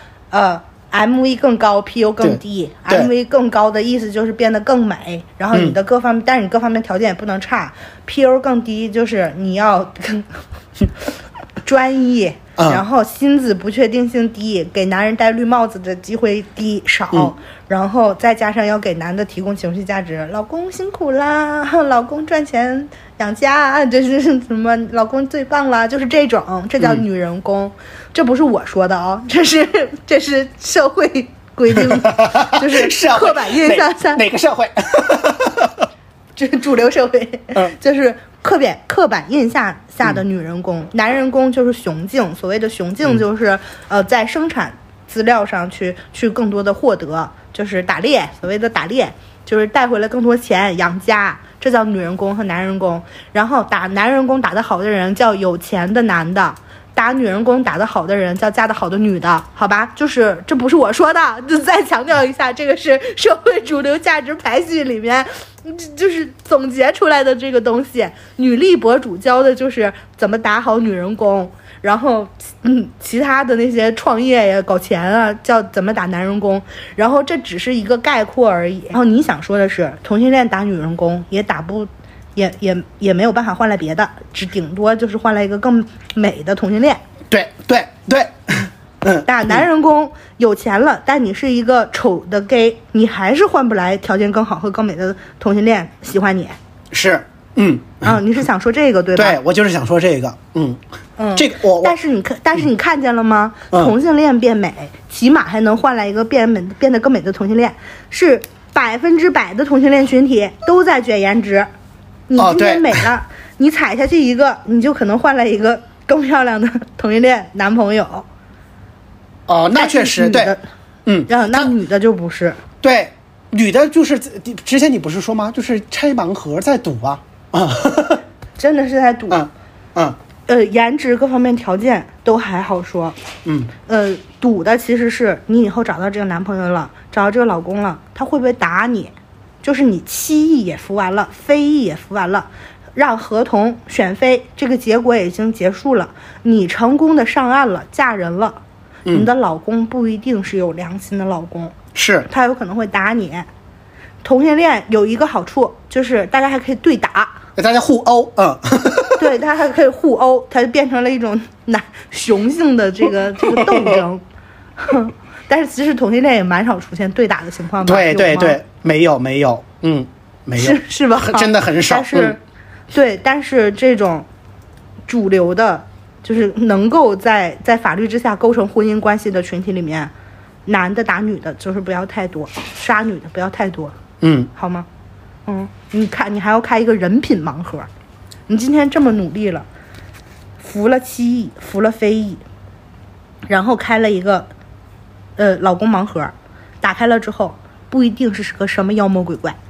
MV 更高 PU 更低。 MV 更高的意思就是变得更美，然后你的各方面但是你各方面条件也不能差。PU 更低就是你要专一，然后薪资不确定性低，给男人戴绿帽子的机会少，然后再加上要给男的提供情绪价值，老公辛苦啦，老公赚钱养家，这是什么？老公最棒啦，就是这种，这叫女人攻。这不是我说的哦，这是社会规定，就是刻板印象下哪个社会？ 这是主流社会，就是刻板印象下的女人攻。男人攻就是雄竞，所谓的雄竞就是在生产资料上去更多的获得，就是打猎，所谓的打猎就是带回来更多钱养家，这叫女人攻和男人攻。然后打男人攻打得好的人叫有钱的男的，打女人攻打得好的人叫嫁得好的女的，好吧？就是这不是我说的，就再强调一下，这个是社会主流价值排序里面就是总结出来的这个东西。女力博主教的就是怎么打好女人攻，然后其他的那些创业呀搞钱啊叫怎么打男人攻，然后这只是一个概括而已。然后你想说的是同性恋打女人攻也打不也没有办法换来别的，只顶多就是换来一个更美的同性恋。 对， 打男人攻有钱了，但你是一个丑的 gay， 你还是换不来条件更好和更美的同性恋喜欢你。 是， 你是想说这个对吧？ 对，我就是想说这个，这个但是你看见了吗？同性恋变美，起码还能换来一个变得更美的同性恋，是100%的同性恋群体都在卷颜值。你今天美了，你踩下去一个，你就可能换来一个更漂亮的同性恋男朋友。 那确实对， 那女的就不是。 对，女的就是之前你不是说吗？就是拆盲盒在赌啊， 真的是在赌。颜值各方面条件都还好说。赌的其实是你以后找到这个男朋友了，找到这个老公了，他会不会打你？就是你7亿也服完了，非议也服完了，让合同选妃，这个结果已经结束了，你成功的上岸了，嫁人了。你的老公不一定是有良心的老公， 是他有可能会打你。同性恋有一个好处就是大家还可以对打， 大家互殴， 对，他还可以互殴，它就变成了一种雄性的这个斗争。但是其实同性恋也蛮少出现对打的情况吧？ 对，没有，没有， 是吧？ 真的很少。 但是这种主流的，就是能够在法律之下构成婚姻关系的群体里面，男的打女的就是不要太多，杀女的不要太多，好吗？你看，你还要开一个人品盲盒，你今天这么努力了，服了7亿，服了非议，然后开了一个老公盲盒，打开了之后不一定是个什么妖魔鬼怪。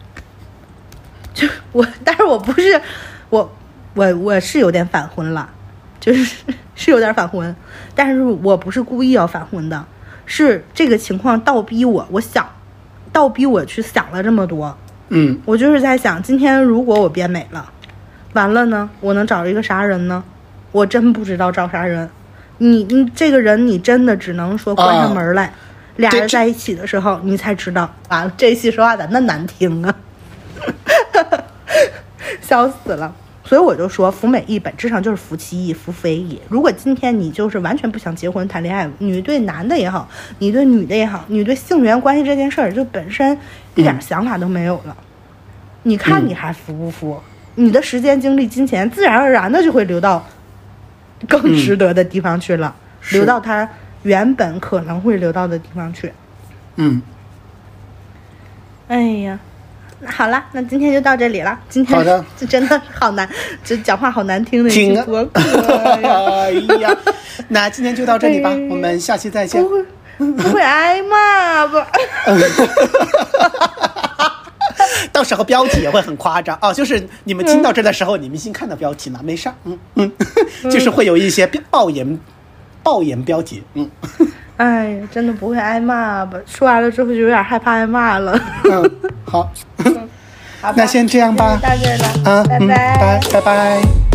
但是我不是我是有点反婚了，是有点反婚，但是我不是故意要反婚的，是这个情况倒逼我想倒逼我去想了这么多。 嗯， 我就是在想，今天如果我变美了，完了呢，我能找一个啥人呢？我真不知道找啥人。你这个人，你真的只能说关上门来，俩人在一起的时候，你才知道。完了，这期说话咋那难听啊？笑死了。所以我就说，服美役本质上就是服其役，服非役。如果今天你就是完全不想结婚谈恋爱，你对男的也好，你对女的也好，你对性缘关系这件事儿就本身一点想法都没有了，你看你还服不服？你的时间、精力、金钱，自然而然的就会流到更值得的地方去了，流到他原本可能会流到的地方去。哎呀。好了，那今天就到这里了。今天这真的好难，这讲话好难听的一期播客哎呀，那今天就到这里吧，我们下期再见。 不会挨骂吧？ 到时候标题也会很夸张哦，就是你们听到这的时候，你们先看到标题呢，没事。就是会有一些爆言标题。 哎呀，真的不会挨骂吧？说完了之后就有点害怕挨骂了。 好，那先这样吧。 到这了，拜拜。 拜拜。